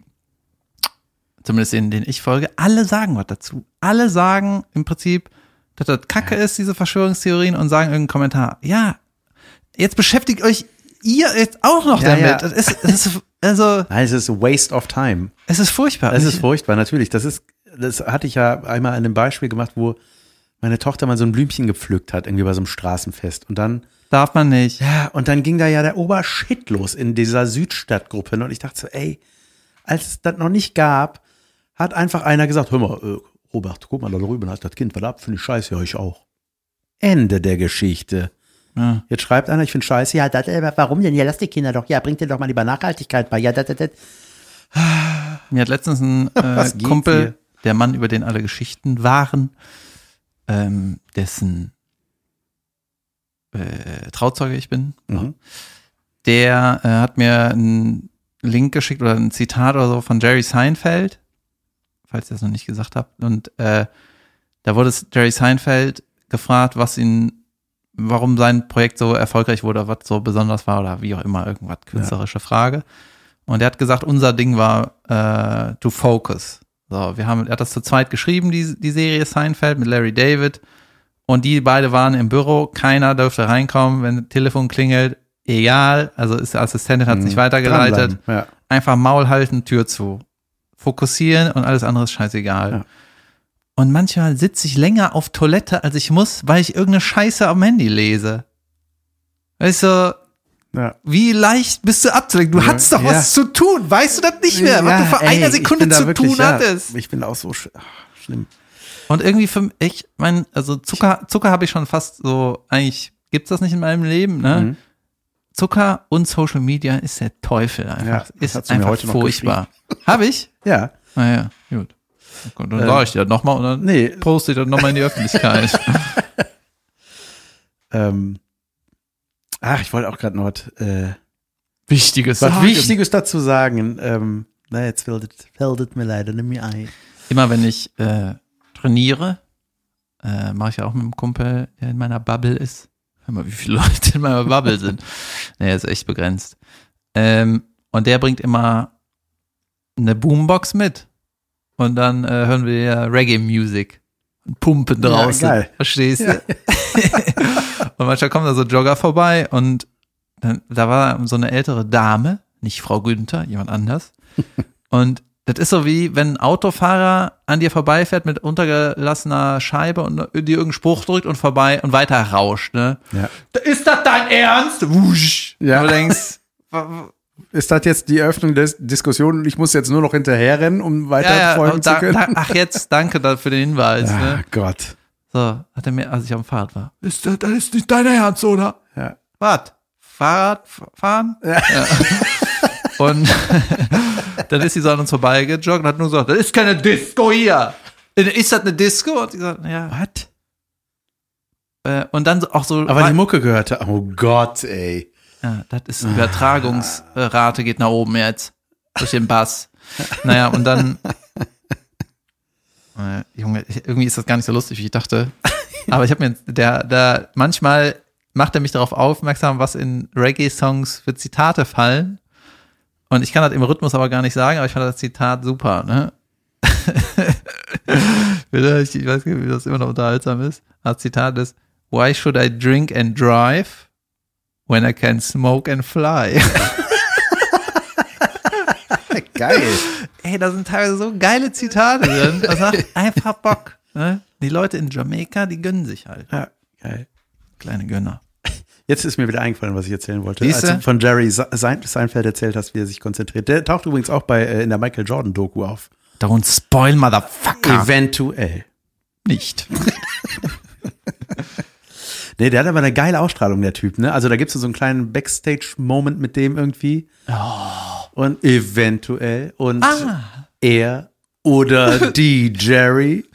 zumindest denen, denen ich folge, alle sagen was dazu. Alle sagen im Prinzip, dass das Kacke ist, diese Verschwörungstheorien, und sagen irgendeinen Kommentar. Ja, jetzt beschäftigt euch ihr jetzt auch noch Ja, damit. ja. Das ist, das ist, also, Nein, es ist a waste of time. es ist furchtbar. Es Und ist ich- furchtbar, natürlich. Das ist, das hatte ich ja einmal an einem Beispiel gemacht, wo meine Tochter mal so ein Blümchen gepflückt hat, irgendwie bei so einem Straßenfest. Und dann, Darf man nicht. ja, und dann ging da ja der Obershit los in dieser Südstadtgruppe. Und ich dachte so, ey, als es das noch nicht gab, hat einfach einer gesagt, hör mal, äh, Robert, guck mal da drüben, hat das Kind was ab, finde ich scheiße, ja, ich auch. Ende der Geschichte. Ja. Jetzt schreibt einer, ich finde scheiße, ja, das, äh, warum denn? Ja, lass die Kinder doch, ja, bringt dir doch mal lieber Nachhaltigkeit bei, ja, das, das, das. Mir hat letztens ein äh, Was geht Kumpel, hier? der Mann, über den alle Geschichten waren, ähm, dessen äh, Trauzeuge ich bin, Mhm. der äh, hat mir einen Link geschickt oder ein Zitat oder so von Jerry Seinfeld, falls ihr das noch nicht gesagt habt. Und äh, da wurde es Jerry Seinfeld gefragt, was ihn, warum sein Projekt so erfolgreich wurde, was so besonders war oder wie auch immer, irgendwas, künstlerische Frage. Und er hat gesagt, unser Ding war äh, to focus. So, wir haben, er hat das zu zweit geschrieben, die, die Serie Seinfeld mit Larry David. Und die beide waren im Büro, keiner durfte reinkommen, wenn das Telefon klingelt, egal, also ist die Assistentin hat es nicht weitergeleitet. Dranbleiben, ja. Einfach Maul halten, Tür zu. Fokussieren und alles andere ist scheißegal. Ja. Und manchmal sitze ich länger auf Toilette, als ich muss, weil ich irgendeine Scheiße am Handy lese. Weißt du, Ja. wie leicht bist du abzulenken? Du Ja. hattest doch Ja. was zu tun. Weißt du das nicht mehr, was du vor ey, einer ich Sekunde bin da zu wirklich, tun ja, hattest? Ich bin auch so sch ach, schlimm. Und irgendwie für mich, ich mein, also Zucker, Zucker habe ich schon fast so, eigentlich gibt's das nicht in meinem Leben, ne? Mhm. Zucker und Social Media ist der Teufel einfach. Ja, das ist hast du mir einfach heute noch furchtbar. Habe ich? Ja. Naja, gut. Gut, dann Ähm, sage ich dir das nochmal und dann Nee. poste ich das nochmal in die Öffentlichkeit. Ähm, ach, ich wollte auch gerade noch was, äh, Wichtiges was sagen. Wichtiges dazu sagen. Ähm, na, jetzt fällt es, fällt es mir leider nicht mehr ein. Immer wenn ich äh, trainiere, äh, mache ich ja auch mit einem Kumpel, der in meiner Bubble ist. Hör mal, wie viele Leute in meiner Bubble sind. Naja, ist echt begrenzt. Ähm, und der bringt immer eine Boombox mit. Und dann äh, hören wir ja Reggae-Music und pumpen draußen. Ja, geil. Verstehst du? Und manchmal kommen da so Jogger vorbei und dann, da war so eine ältere Dame, nicht Frau Günther, jemand anders. Und das ist so wie, wenn ein Autofahrer an dir vorbeifährt mit untergelassener Scheibe und dir irgendeinen Spruch drückt und vorbei und weiter rauscht, ne? Ja. Ist das dein Ernst? Wusch. Ja. Und du denkst, Ist das jetzt die Eröffnung der Diskussion und ich muss jetzt nur noch hinterherrennen, um weiter ja, ja, folgen und zu da, können? da, ach jetzt, danke da für den Hinweis, Ah, ne? Gott. So, hat er mir, als ich am Fahrrad war. Ist das, das ist nicht dein Ernst, oder? Ja. Was? Fahrrad f- fahren? Ja. Und dann ist sie so an uns vorbeigejoggt und hat nur gesagt, das ist keine Disco hier. Ist das eine Disco? Und ich gesagt, ja. Was? Äh, und dann so, auch so. Aber die Mucke gehörte, oh Gott, ey. Ja, das ist Übertragungsrate geht nach oben jetzt. Durch den Bass. Naja, und dann. Äh, Junge, irgendwie ist das gar nicht so lustig, wie ich dachte. Aber ich habe mir, der, der, manchmal macht er mich darauf aufmerksam, was in Reggae-Songs für Zitate fallen. Und ich kann das im Rhythmus aber gar nicht sagen, aber ich fand das Zitat super, ne? ich weiß nicht, wie das immer noch unterhaltsam ist. Das Zitat ist: Why should I drink and drive when I can smoke and fly? Geil. Ey, da sind teilweise so geile Zitate drin. Das macht einfach Bock. Ne? Die Leute in Jamaika, die gönnen sich halt. Ja, geil. Kleine Gönner. Jetzt ist mir wieder eingefallen, was ich erzählen wollte. Siehste? Als du von Jerry Seinfeld erzählt hast, wie er sich konzentriert. Der taucht übrigens auch bei äh, in der Michael Jordan Doku auf. Don't spoil, Motherfucker. Eventuell. Nicht. Nee, der hat aber eine geile Ausstrahlung, der Typ, ne? Also da gibt's so einen kleinen Backstage-Moment mit dem irgendwie. Oh. Und eventuell. Und Ah. er oder die Jerry.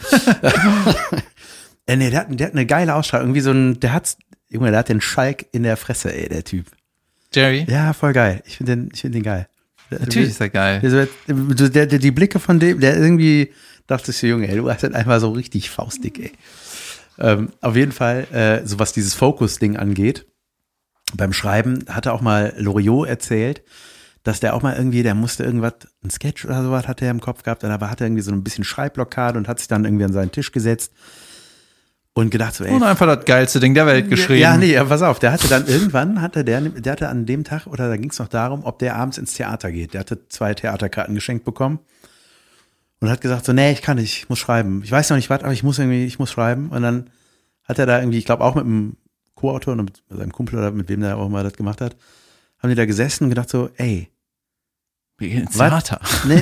äh, nee, der hat, der hat eine geile Ausstrahlung. Irgendwie so ein, der hat's, Junge, der hat den Schalk in der Fresse, ey, der Typ. Jerry? Ja, voll geil. Ich finde den, ich finde den geil. Natürlich ist er geil. Der, der, der, der, die Blicke von dem, der irgendwie dachte ich so, Junge, ey, du hast halt einfach so richtig faustdick, ey. Ähm, auf jeden Fall, äh, so was dieses Focus-Ding angeht, beim Schreiben hatte auch mal Loriot erzählt, dass der auch mal irgendwie, der musste irgendwas, ein Sketch oder sowas hat er im Kopf gehabt, aber hatte irgendwie so ein bisschen Schreibblockade und hat sich dann irgendwie an seinen Tisch gesetzt und gedacht so, ey. Und einfach das geilste Ding der Welt geschrieben. Ja, nee, pass auf, der hatte dann irgendwann, hatte der, der hatte an dem Tag, oder da ging es noch darum, ob der abends ins Theater geht. Der hatte zwei Theaterkarten geschenkt bekommen und hat gesagt so, nee, ich kann nicht, ich muss schreiben. Ich weiß noch nicht was, aber ich muss irgendwie, ich muss schreiben. Und dann hat er da irgendwie, ich glaube auch mit einem Co-Autor und mit seinem Kumpel oder mit wem der auch immer das gemacht hat, haben die da gesessen und gedacht so, ey. Wir gehen ins Theater. Nee.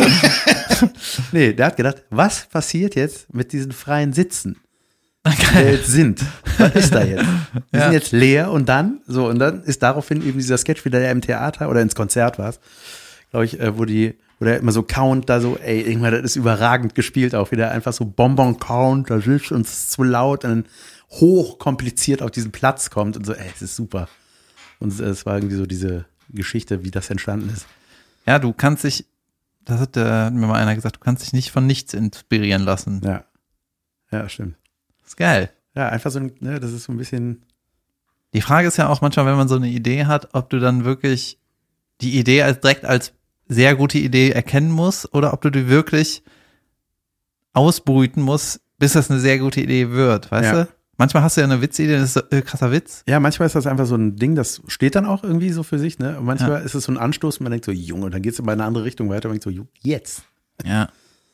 Nee, der hat gedacht, was passiert jetzt mit diesen freien Sitzen, die da jetzt sind? Was ist da jetzt? Die Ja. sind jetzt leer und dann, so, und dann ist daraufhin eben dieser Sketch wieder im Theater oder ins Konzert war es, glaube ich, wo die, wo der immer so count, da so, ey, irgendwann, das ist überragend gespielt auch wieder, einfach so Bonbon-Count, da ist uns zu laut und dann hochkompliziert auf diesen Platz kommt und so, ey, es ist super. Und es war irgendwie so diese Geschichte, wie das entstanden ist. Ja, du kannst dich, das hat, äh, hat mir mal einer gesagt, du kannst dich nicht von nichts inspirieren lassen. Ja. Ja, stimmt. Das ist geil. Ja, einfach so ein, ne, das ist so ein bisschen. Die Frage ist ja auch manchmal, wenn man so eine Idee hat, ob du dann wirklich die Idee als direkt als sehr gute Idee erkennen musst oder ob du die wirklich ausbrüten musst, bis das eine sehr gute Idee wird, weißt Ja. du? Manchmal hast du ja eine Witzidee, das ist so äh, krasser Witz. Ja, manchmal ist das einfach so ein Ding, das steht dann auch irgendwie so für sich, ne? Und manchmal Ja. ist es so ein Anstoß und man denkt so, Junge, und dann geht es in eine andere Richtung weiter und man denkt so, Ju- jetzt. Ja.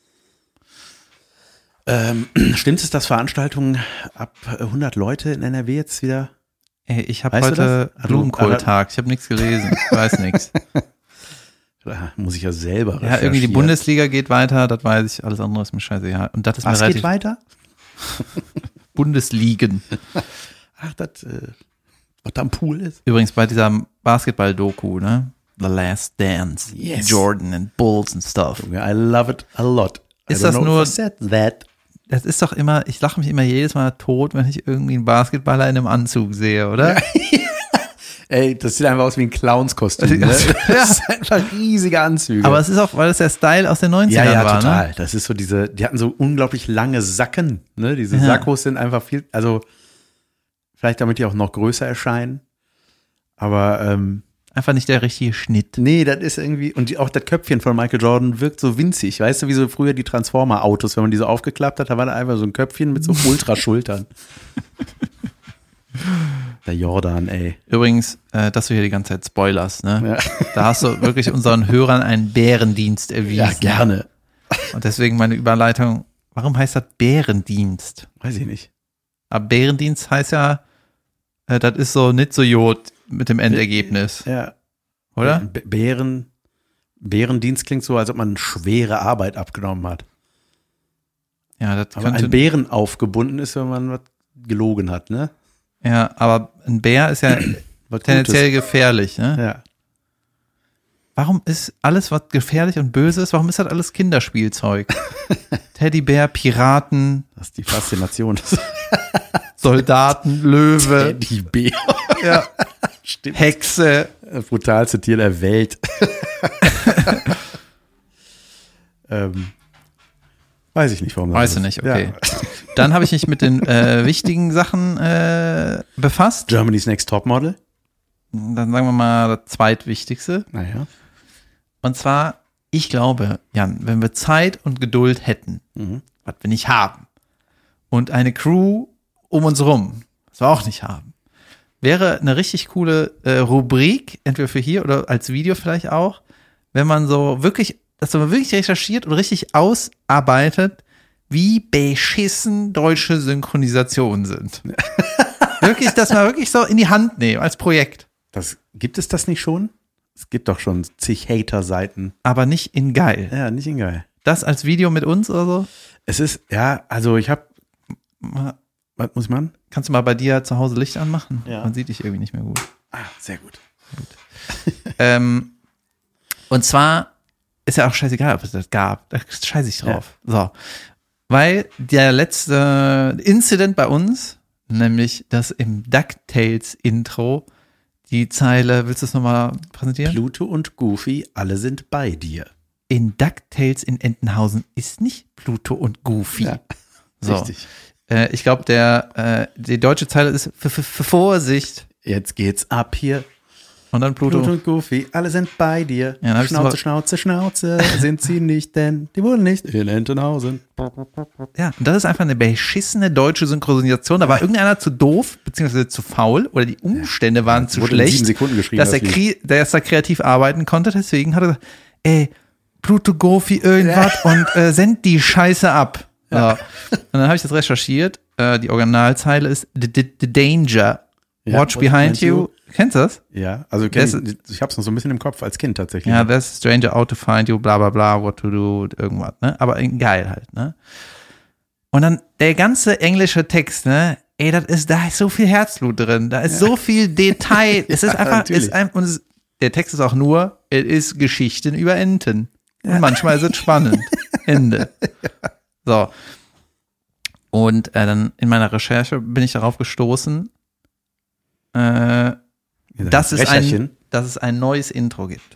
Ähm, stimmt es, dass Veranstaltungen ab hundert Leute in N R W jetzt wieder? Ey, ich habe Weißt du heute das? Blumenkohltag, ich habe nichts gelesen, ich weiß nichts. Da muss ich ja selber Ja, irgendwie die recherchieren. Bundesliga geht weiter, das weiß ich, alles andere ist mir scheißegal. Und das ist Was mir geht relativ weiter? Bundesligen. Ach, das, äh, was da am Pool ist. Übrigens bei dieser Basketball-Doku, ne? The Last Dance. Yes. Jordan and Bulls and stuff. I love it a lot. I Ist don't das know nur- if I said that. Das ist doch immer, ich lache mich immer jedes Mal tot, wenn ich irgendwie einen Basketballer in einem Anzug sehe, oder? Ey, das sieht einfach aus wie ein Clownskostüm. Ne? Das Ja. ist einfach riesige Anzüge. Aber es ist auch, weil es der Style aus den neunzigern ja, ja, war, total. ne? Das ist so diese, die hatten so unglaublich lange Sacken. Ne? Diese Ja. Sakkos sind einfach viel, also vielleicht damit die auch noch größer erscheinen. Aber ähm, Einfach nicht der richtige Schnitt. nee, das ist irgendwie, und die, auch das Köpfchen von Michael Jordan wirkt so winzig. Weißt du, wie so früher die Transformer-Autos, wenn man die so aufgeklappt hat, da war da einfach so ein Köpfchen mit so Ultraschultern. Der Jordan, ey. Übrigens, äh, dass du hier die ganze Zeit spoilerst, ne? Ja, Da hast du wirklich unseren Hörern einen Bärendienst erwiesen. ja gerne. Und deswegen meine Überleitung, warum heißt das Bärendienst? Weiß ich nicht. Aber Bärendienst heißt ja, äh, das ist so nicht so Jod mit dem Endergebnis, Ja. oder? B- Bären, Bärendienst klingt so, als ob man schwere Arbeit abgenommen hat. Ja, das Aber könnte, ein Bären aufgebunden ist, wenn man was gelogen hat, ne? ja, aber ein Bär ist ja Was tendenziell gefährlich, ne? Gutes. Ja. Warum ist alles, was gefährlich und böse ist, warum ist das alles Kinderspielzeug? Teddybär, Piraten, Das ist die Faszination. Soldaten, Löwe, Teddybär. ja, Stimmt. Hexe. Das brutalste Tier der Welt. ähm, weiß ich nicht, warum. Weiß ich nicht, okay. Ja. Dann habe ich mich mit den äh, wichtigen Sachen äh, befasst. Germany's Next Topmodel. Dann sagen wir mal das zweitwichtigste. Naja. Und zwar, ich glaube, Jan, wenn wir Zeit und Geduld hätten, Mhm. was wir nicht haben, und eine Crew um uns rum, was wir auch nicht haben, wäre eine richtig coole äh, Rubrik, entweder für hier oder als Video vielleicht auch, wenn man so wirklich, dass man wirklich recherchiert und richtig ausarbeitet, wie beschissen deutsche Synchronisationen sind. Wirklich, dass man wirklich so in die Hand nehmen als Projekt. Das, gibt es das nicht schon? Es gibt doch schon zig Hater-Seiten. Aber nicht in geil. Ja, nicht in geil. Das als Video mit uns oder so? Es ist, ja, also ich habe, was muss man? Kannst du mal bei dir zu Hause Licht anmachen? Ja. Man sieht dich irgendwie nicht mehr gut. Ah, sehr gut. ähm, und zwar ist ja auch scheißegal, ob es das gab. Da scheiße ich drauf. Ja. So. Weil der letzte Incident bei uns, nämlich das im DuckTales-Intro, die Zeile, willst du es nochmal präsentieren? Pluto und Goofy, alle sind bei dir. In DuckTales in Entenhausen ist nicht Pluto und Goofy. Ja, so. richtig. Äh, ich glaube, der äh, die deutsche Zeile ist für, für, für Vorsicht. Jetzt geht's ab hier. Und dann Pluto. Pluto und Goofy, alle sind bei dir. Ja, Schnauze, Schnauze, Schnauze, sind sie nicht, denn die wohnen nicht in Entenhausen. Ja, und das ist einfach eine beschissene deutsche Synchronisation. Da war irgendeiner zu doof, beziehungsweise zu faul, oder die Umstände waren Das zu wurde in sieben schlecht, Sekunden geschrieben, dass das er, kre- dass er kreativ arbeiten konnte. Deswegen hat er gesagt, ey, Pluto, Goofy, irgendwas und äh, send die Scheiße ab. Ja. So. Und dann habe ich das recherchiert. Äh, die Originalzeile ist The, the, the Danger. Ja, Watch behind you. you. Kennst du das? Ja, also kenn, ich habe es noch so ein bisschen im Kopf als Kind tatsächlich. Ja, there's a stranger out to find you, bla bla bla, what to do, irgendwas, ne? Aber geil halt, ne? Und dann der ganze englische Text, ne? Ey, das ist, da ist so viel Herzblut drin, da ist ja. so viel Detail. Es ist ja, einfach, ist ein, und es, der Text ist auch nur, es ist Geschichten über Enten. Und ja. manchmal ist es spannend. Ende. Ja. So. Und äh, dann in meiner Recherche bin ich darauf gestoßen, äh, dass es, ein, dass es ein neues Intro gibt.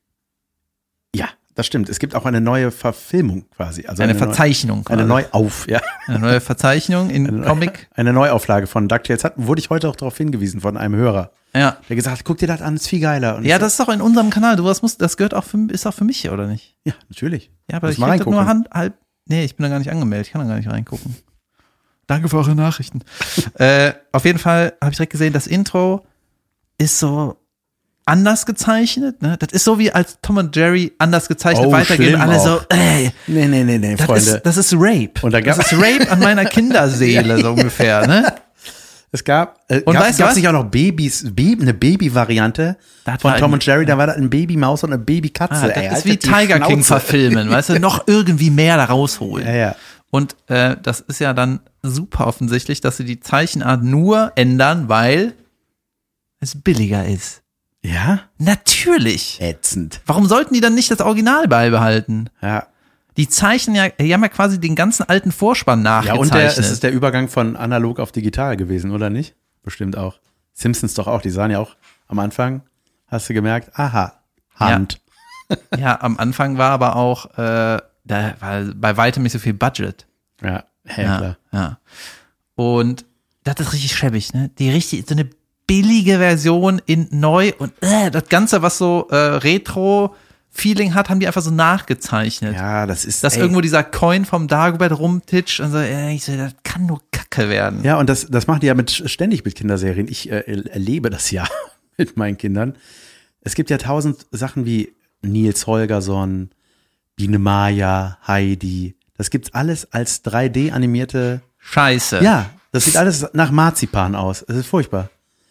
Ja, das stimmt. Es gibt auch eine neue Verfilmung quasi. Also eine, eine Verzeichnung. Neu, eine Neuauf, ja. Eine neue Verzeichnung in eine, Comic. Eine Neuauflage von DuckTales. Hat, wurde ich heute auch darauf hingewiesen von einem Hörer. Ja. Der gesagt hat, guck dir das an, ist viel geiler. Und ja, das ist doch in unserem Kanal. Du, das, musst, das gehört auch für, ist auch für mich hier, oder nicht? Ja, natürlich. Ja, aber ich krieg das nur Hand, halb. Nee, ich bin da gar nicht angemeldet. Ich kann da gar nicht reingucken. Danke für eure Nachrichten. äh, auf jeden Fall habe ich direkt gesehen, das Intro ist so anders gezeichnet, ne? Das ist so wie als Tom und Jerry anders gezeichnet oh, weitergehen. Alle auch. so, ey. Nee, nee, nee, nee, das Freunde. Ist, das ist Rape. Und da das ist Rape an meiner Kinderseele, so ungefähr, ne? Es gab, äh, und gab, weißt gab sich auch noch Babys, Baby, eine Baby-Variante von Tom und Jerry, da war das ein Babymaus und eine Babykatze. Ah, das ey, ist Alter, wie Tiger Schnauze. King verfilmen, weißt du, noch irgendwie mehr da rausholen. Ja, ja. Und äh, das ist ja dann super offensichtlich, dass sie die Zeichenart nur ändern, weil es billiger ist. Ja? Natürlich. Ätzend. Warum sollten die dann nicht das Original beibehalten? Ja. Die zeichnen ja, die haben ja quasi den ganzen alten Vorspann nachgezeichnet. Ja, und der, es ist der Übergang von analog auf digital gewesen, oder nicht? Bestimmt auch. Simpsons doch auch, die sahen ja auch am Anfang, hast du gemerkt, aha, Hand. Ja, ja, am Anfang war aber auch, äh, da war bei weitem nicht so viel Budget. Ja, ja, ja klar. Ja. Und das ist richtig schäbig, ne? Die richtig, so eine billige Version in neu und äh, das Ganze, was so äh, Retro Feeling hat, haben die einfach so nachgezeichnet. Ja, das ist. Dass ey. irgendwo dieser Coin vom Dagobert rumtitscht und so, ey, ich so, das kann nur Kacke werden. Ja, und das, das machen die ja mit, ständig mit Kinderserien. Ich äh, erlebe das ja mit meinen Kindern. Es gibt ja tausend Sachen wie Nils Holgersson, Biene Maya, Heidi. Das gibt's alles als drei D animierte. Scheiße. Ja, das sieht alles nach Marzipan aus. Es ist furchtbar.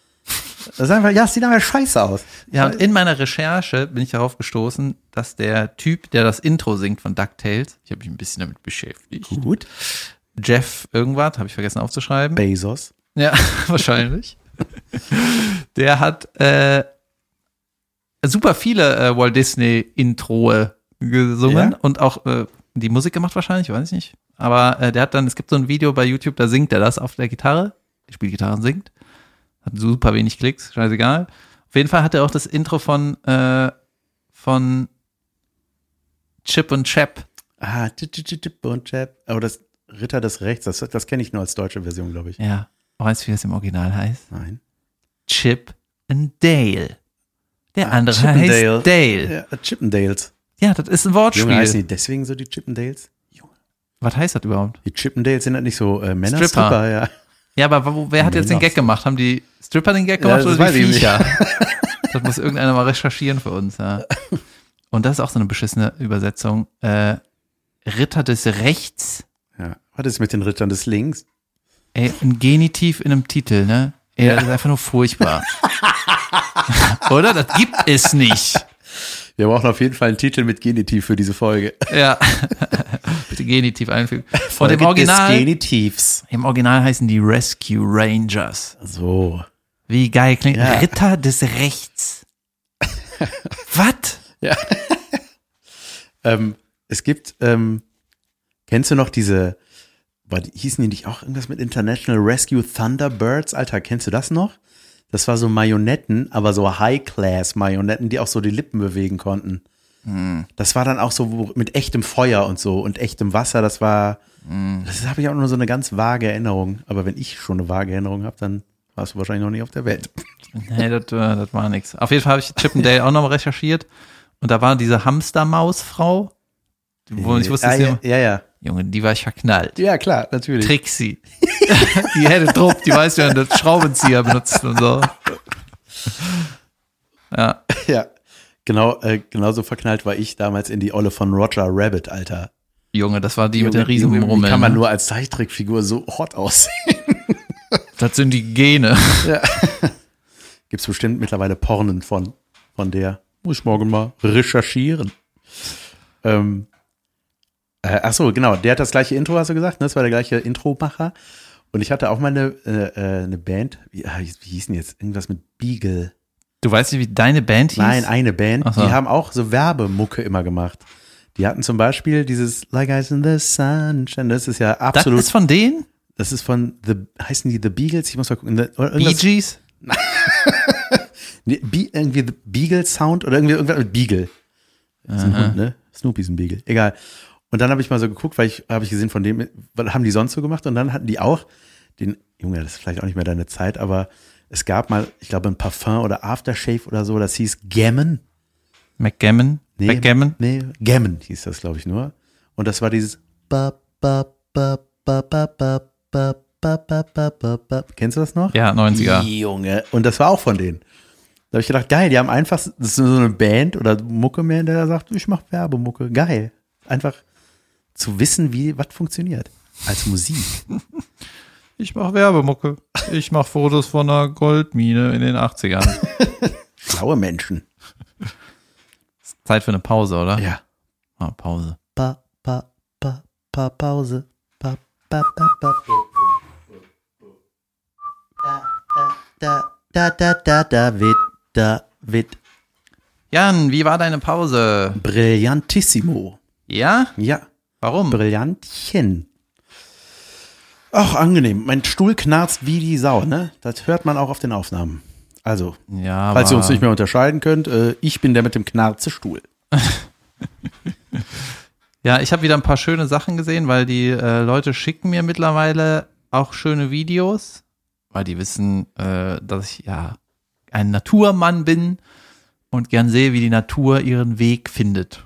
Das ist einfach, ja, es sieht einfach scheiße aus. Ja, und in meiner Recherche bin ich darauf gestoßen, dass der Typ, der das Intro singt von DuckTales, ich habe mich ein bisschen damit beschäftigt. Gut. Jeff irgendwas, habe ich vergessen aufzuschreiben. Bezos. Ja, wahrscheinlich. Der hat äh, super viele äh, Walt Disney Introe gesungen ja? und auch äh, die Musik gemacht wahrscheinlich, weiß ich nicht. Aber äh, der hat dann, es gibt so ein Video bei YouTube, da singt er das auf der Gitarre. spielt Gitarre und singt. Hat super wenig Klicks, scheißegal. Auf jeden Fall hat er auch das Intro von, äh, von Chip und Chap. Ah, Chip und Chap. Aber das Ritter des Rechts, das, das kenne ich nur als deutsche Version, glaube ich. Ja. Weißt du, wie das im Original heißt? Nein. Chip and Dale. Der ah, andere Chippendale. heißt Dale. Ja, Chippendales. Ja, das ist ein Wortspiel. Junge, heißen die deswegen so die Chippendales? Junge. Was heißt das überhaupt? Die Chippendales sind halt nicht so äh, Männer Stripper. Stripper, ja. Ja, aber wo, wer hat jetzt den Gag gemacht? Haben die Stripper den Gag gemacht Ja, das oder weiß die ich nicht. Viecher? Das muss irgendeiner mal recherchieren für uns. Ja. Und das ist auch so eine beschissene Übersetzung. Äh, Ritter des Rechts. Ja. Was ist mit den Rittern des Links? Ey, ein Genitiv in einem Titel, ne? Ey, Ja. das ist einfach nur furchtbar. Oder? Das gibt es nicht. Wir brauchen auf jeden Fall einen Titel mit Genitiv für diese Folge. Ja. Bitte Genitiv einfügen. Und Folge im Original, des Genitivs. im Original heißen die Rescue Rangers. So. Wie geil klingt. Ja. Ritter des Rechts. Was? Ja. ähm, es gibt, ähm, kennst du noch diese, war, die, hießen die nicht auch irgendwas mit International Rescue Thunderbirds? Alter, kennst du das noch? Das war so Marionetten, aber so High-Class-Marionetten, die auch so die Lippen bewegen konnten. Hm. Das war dann auch so wo- mit echtem Feuer und so und echtem Wasser. Das war, Hm. das habe ich auch nur so eine ganz vage Erinnerung. Aber wenn ich schon eine vage Erinnerung habe, dann warst du wahrscheinlich noch nicht auf der Welt. Nee, das, äh, das war nix. Auf jeden Fall habe ich Chip and Dale auch noch mal recherchiert. Und da war diese Hamstermausfrau, wo ich wusste, ah, sie, ja, ja, ja. Junge, die war ich verknallt. Ja, klar, natürlich. Trixie. Die hätte Druck, die weiß, wie man das Schraubenzieher benutzt und so. Ja. Ja, genau, äh, genauso verknallt war ich damals in die Olle von Roger Rabbit, Alter. Junge, das war die mit Junge, den riesigen Junge, Wie Rummeln. kann man ne? nur als Zeichentrickfigur so hot aussehen? Das sind die Gene. Ja. Gibt's bestimmt mittlerweile Pornen von, von der. Muss ich morgen mal recherchieren. Ähm, äh, ach so, genau, der hat das gleiche Intro, hast du gesagt, ne? Das war der gleiche Intromacher. Und ich hatte auch mal eine, äh, eine Band, wie, ah, wie hieß denn jetzt? Irgendwas mit Beagle. Du weißt nicht, wie deine Band hieß? Nein, eine Band, Ach so. die haben auch so Werbemucke immer gemacht. Die hatten zum Beispiel dieses Like Eyes in the Sunshine, das ist ja Das absolut, ist von denen? das ist von, the, heißen die The Beagles? Ich muss mal gucken. Oder Bee irgendwas- Gees? Nee, Be irgendwie The Beagle Sound oder irgendwie irgendwas mit Beagle. Das ist ein Aha. Hund, ne? Snoopy ist ein Beagle. Egal. Und dann habe ich mal so geguckt, weil ich habe ich gesehen von dem, was haben die sonst so gemacht? Und dann hatten die auch den, Junge, das ist vielleicht auch nicht mehr deine Zeit, aber es gab mal, ich glaube, ein Parfum oder Aftershave oder so, das hieß Gammon. McGammon? Nee, McGammon? Nee, Gammon hieß das, glaube ich, nur. Und das war dieses ba, ba, ba, ba, ba, ba, ba, ba, ba, ba, ba, ba. Kennst du das noch? Ja, neunziger. Junge. Und das war auch von denen. Da habe ich gedacht, geil, die haben einfach, das ist so eine Band oder Mucke-Man, der da sagt, ich mach Werbemucke. Geil. Einfach zu wissen, wie was funktioniert. Als Musik. Ich mach Werbemucke. Ich mach Fotos von einer Goldmine in den achtzigern. Schlaue Menschen. Zeit für eine Pause, oder? Ja. Ah, Pause. Pa, pa, pa, pa, Pause. Pa, pa, pa, pa. Da, da, da, da, David, David. Jan, wie war deine Pause? Brillantissimo. Ja? Ja, Warum? Brillantchen. Ach, angenehm. Mein Stuhl knarzt wie die Sau, ne? Das hört man auch auf den Aufnahmen. Also, Ja, falls aber ihr uns nicht mehr unterscheiden könnt, äh, ich bin der mit dem Knarzestuhl. Ja, ich habe wieder ein paar schöne Sachen gesehen, weil die äh, Leute schicken mir mittlerweile auch schöne Videos, weil die wissen, äh, dass ich ja ein Naturmann bin und gern sehe, wie die Natur ihren Weg findet.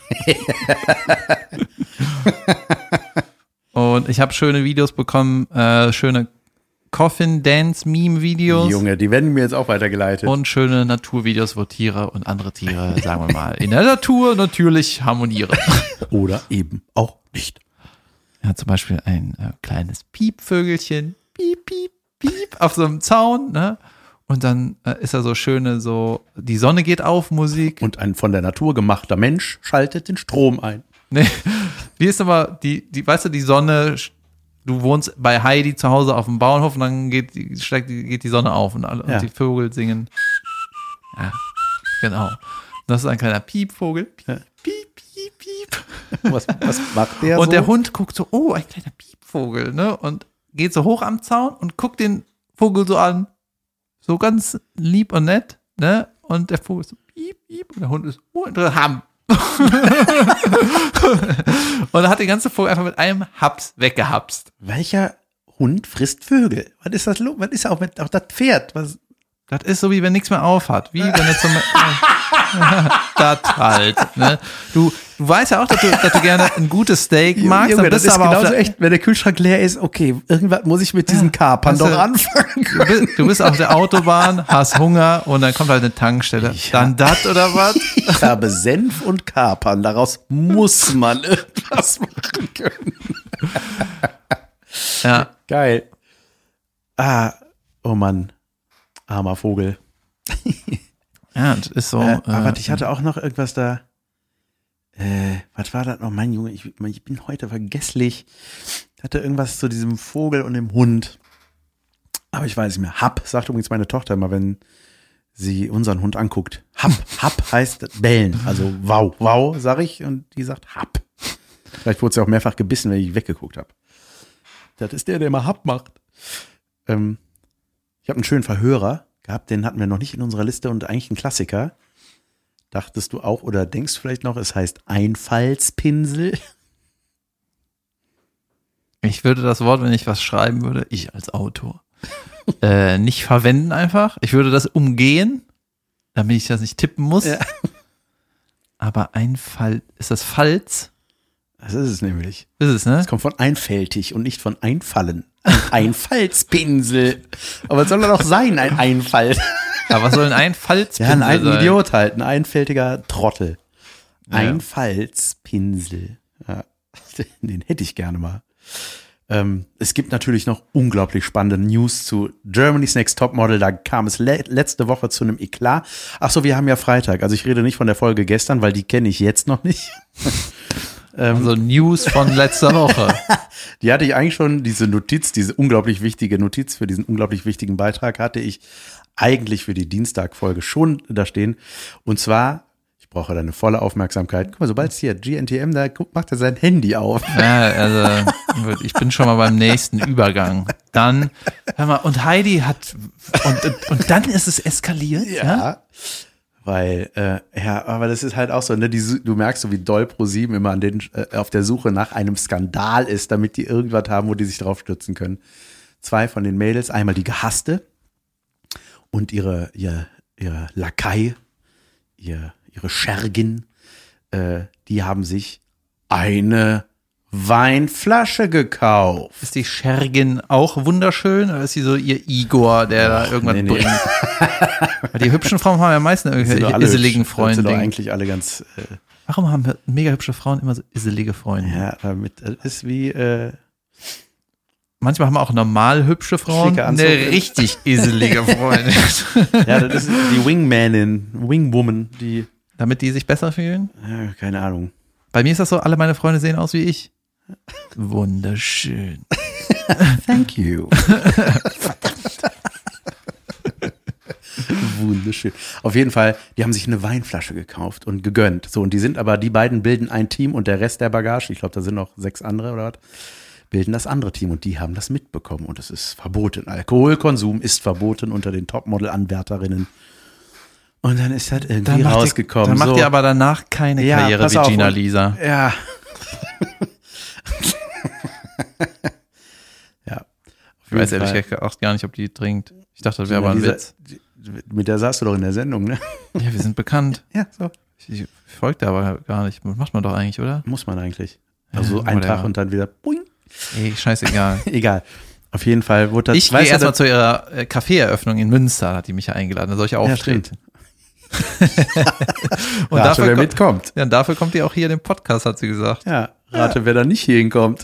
Und ich habe schöne Videos bekommen, äh, schöne Coffin-Dance-Meme-Videos. Junge, die werden mir jetzt auch weitergeleitet. Und schöne Naturvideos, wo Tiere und andere Tiere, sagen wir mal, in der Natur natürlich harmonieren. Oder eben auch nicht. Ja, zum Beispiel ein äh, kleines Piepvögelchen, piep, piep, piep, auf so einem Zaun, ne? Und dann äh, ist da so schöne, so, die Sonne geht auf, Musik. Und ein von der Natur gemachter Mensch schaltet den Strom ein. Nee, wie ist aber, die, die, weißt du, die Sonne, du wohnst bei Heidi zu Hause auf dem Bauernhof und dann geht, die- steigt, die- geht die Sonne auf und, alle, Ja. und die Vögel singen. Ja, genau. Das ist ein kleiner Piepvogel. Piep, Ja. piep, piep, piep. Was, was macht der Und so? der Hund guckt so, oh, ein kleiner Piepvogel, ne? Und geht so hoch am Zaun und guckt den Vogel so an. So ganz lieb und nett, ne? Und der Vogel ist so piep, piep und der Hund ist oh, ham. Und er hat den ganzen Vogel einfach mit einem Haps weggehapst. Welcher Hund frisst Vögel? Was ist das? Was ist auch mit auch das Pferd? Was? Das ist so, wie wenn nichts mehr aufhat. Wie wenn er zum das halt. Ne? Du, du weißt ja auch, dass du, dass du gerne ein gutes Steak magst. Junge, dann das bist ist du aber genauso auf der, echt, wenn der Kühlschrank leer ist, okay, irgendwas muss ich mit diesen Kapern weißt du, doch anfangen du bist, du bist auf der Autobahn, hast Hunger und dann kommt halt eine Tankstelle. Ich Dann das oder was? Ich habe Senf und Kapern, daraus muss man irgendwas machen können. Ja. Geil. Ah, oh Mann. Armer Vogel. Ja, das ist so. Äh, äh, aber ich hatte auch noch irgendwas da. Äh, was war das noch? Mein Junge, ich, ich bin heute vergesslich. Ich hatte irgendwas zu diesem Vogel und dem Hund. Aber ich weiß nicht mehr. Hab, sagt übrigens meine Tochter immer, wenn sie unseren Hund anguckt. Hab, Hab heißt bellen. Also wow, wow, sag ich. Und die sagt Hab. Vielleicht wurde sie auch mehrfach gebissen, wenn ich weggeguckt habe. Das ist der, der immer Hab macht. Ähm, ich habe einen schönen Verhörer gehabt, den hatten wir noch nicht in unserer Liste und eigentlich ein Klassiker. Dachtest du auch oder denkst du vielleicht noch, es heißt Einfallspinsel? Ich würde das Wort, wenn ich was schreiben würde, ich als Autor, äh, nicht verwenden einfach. Ich würde das umgehen, damit ich das nicht tippen muss. Ja. Aber Einfall, ist das Falz? Das ist es nämlich. Ist es, ne? Es kommt von einfältig und nicht von einfallen. Ein Einfallspinsel. Aber was soll er doch sein, ein Einfall? Aber was soll ein Einfallspinsel Ja, ein, ein sein? Idiot halt, ein einfältiger Trottel. Ja. Einfallspinsel. Ja, den hätte ich gerne mal. Ähm, es gibt natürlich noch unglaublich spannende News zu Germany's Next Topmodel. Da kam es le- letzte Woche zu einem Eklat. Ach so, wir haben ja Freitag. Also ich rede nicht von der Folge gestern, weil die kenne ich jetzt noch nicht. Also News von letzter Woche. Die hatte ich eigentlich schon, diese Notiz, diese unglaublich wichtige Notiz für diesen unglaublich wichtigen Beitrag hatte ich eigentlich für die Dienstagfolge schon da stehen. Und zwar, ich brauche deine volle Aufmerksamkeit. Guck mal, sobald es hier G N T M, da guck, macht er sein Handy auf. Ja, also ich bin schon mal beim nächsten Übergang. Dann, hör mal, und Heidi hat, und, und, und dann ist es eskaliert. Ja. Ja. Weil, äh, ja, aber das ist halt auch so, ne, die, du merkst so, wie doll ProSieben immer an den, äh, auf der Suche nach einem Skandal ist, damit die irgendwas haben, wo die sich drauf stützen können. Zwei von den Mädels, einmal die Gehasste und ihre, ihr, ihre Lakai, ihr, ihre Schergin, äh, die haben sich eine Weinflasche gekauft. Ist die Schergin auch wunderschön oder ist sie so ihr Igor, der da irgendwas nee, nee. bringt? Weil die hübschen Frauen haben ja meistens Sind doch irgendwelche alle isseligen hübsch. Das sind doch Freunde. eigentlich alle ganz, äh, Warum haben mega hübsche Frauen immer so isselige Freunde? ja, damit, das ist wie, äh, Manchmal haben auch normal hübsche Frauen Schicke eine Anzug. richtig isselige Freundin. ja, das ist die Wingmanin, Wingwoman, die, Damit die sich besser fühlen? ja, keine Ahnung. Bei mir ist das so, alle meine Freunde sehen aus wie ich. Wunderschön. Thank you. Wunderschön. Auf jeden Fall, die haben sich eine Weinflasche gekauft und gegönnt. So, und die sind aber, die beiden bilden ein Team und der Rest der Bagage, ich glaube, da sind noch sechs andere oder was, bilden das andere Team und die haben das mitbekommen und es ist verboten. Alkoholkonsum ist verboten unter den Topmodel-Anwärterinnen. Und dann ist das irgendwie Dann macht rausgekommen. Ihr, dann macht so. ihr aber danach keine Ja, Karriere pass wie auf, Gina und- Lisa. Ja. ja. Ich weiß ehrlich gesagt auch gar nicht, ob die trinkt. Ich dachte, das wäre aber ein Lisa- Witz. die- Mit der saßt du doch in der Sendung, ne? Ja, wir sind bekannt. Ja, so. Ich, ich folge da aber gar nicht. Macht man doch eigentlich, oder? Muss man eigentlich. Also so Ja, ein oder Tag ja. und dann wieder, boing. Ey, scheißegal. Egal. Auf jeden Fall wurde das. Ich weißt gehe du, erstmal das- zu ihrer äh, Kaffeeeröffnung in Münster, hat die mich ja eingeladen. Da soll ich Ja, auftreten. stimmt. Und Rate, dafür, wer kommt, mitkommt. ja, und dafür kommt die auch hier in den Podcast, hat sie gesagt. Ja, rate, wer da nicht hier hinkommt.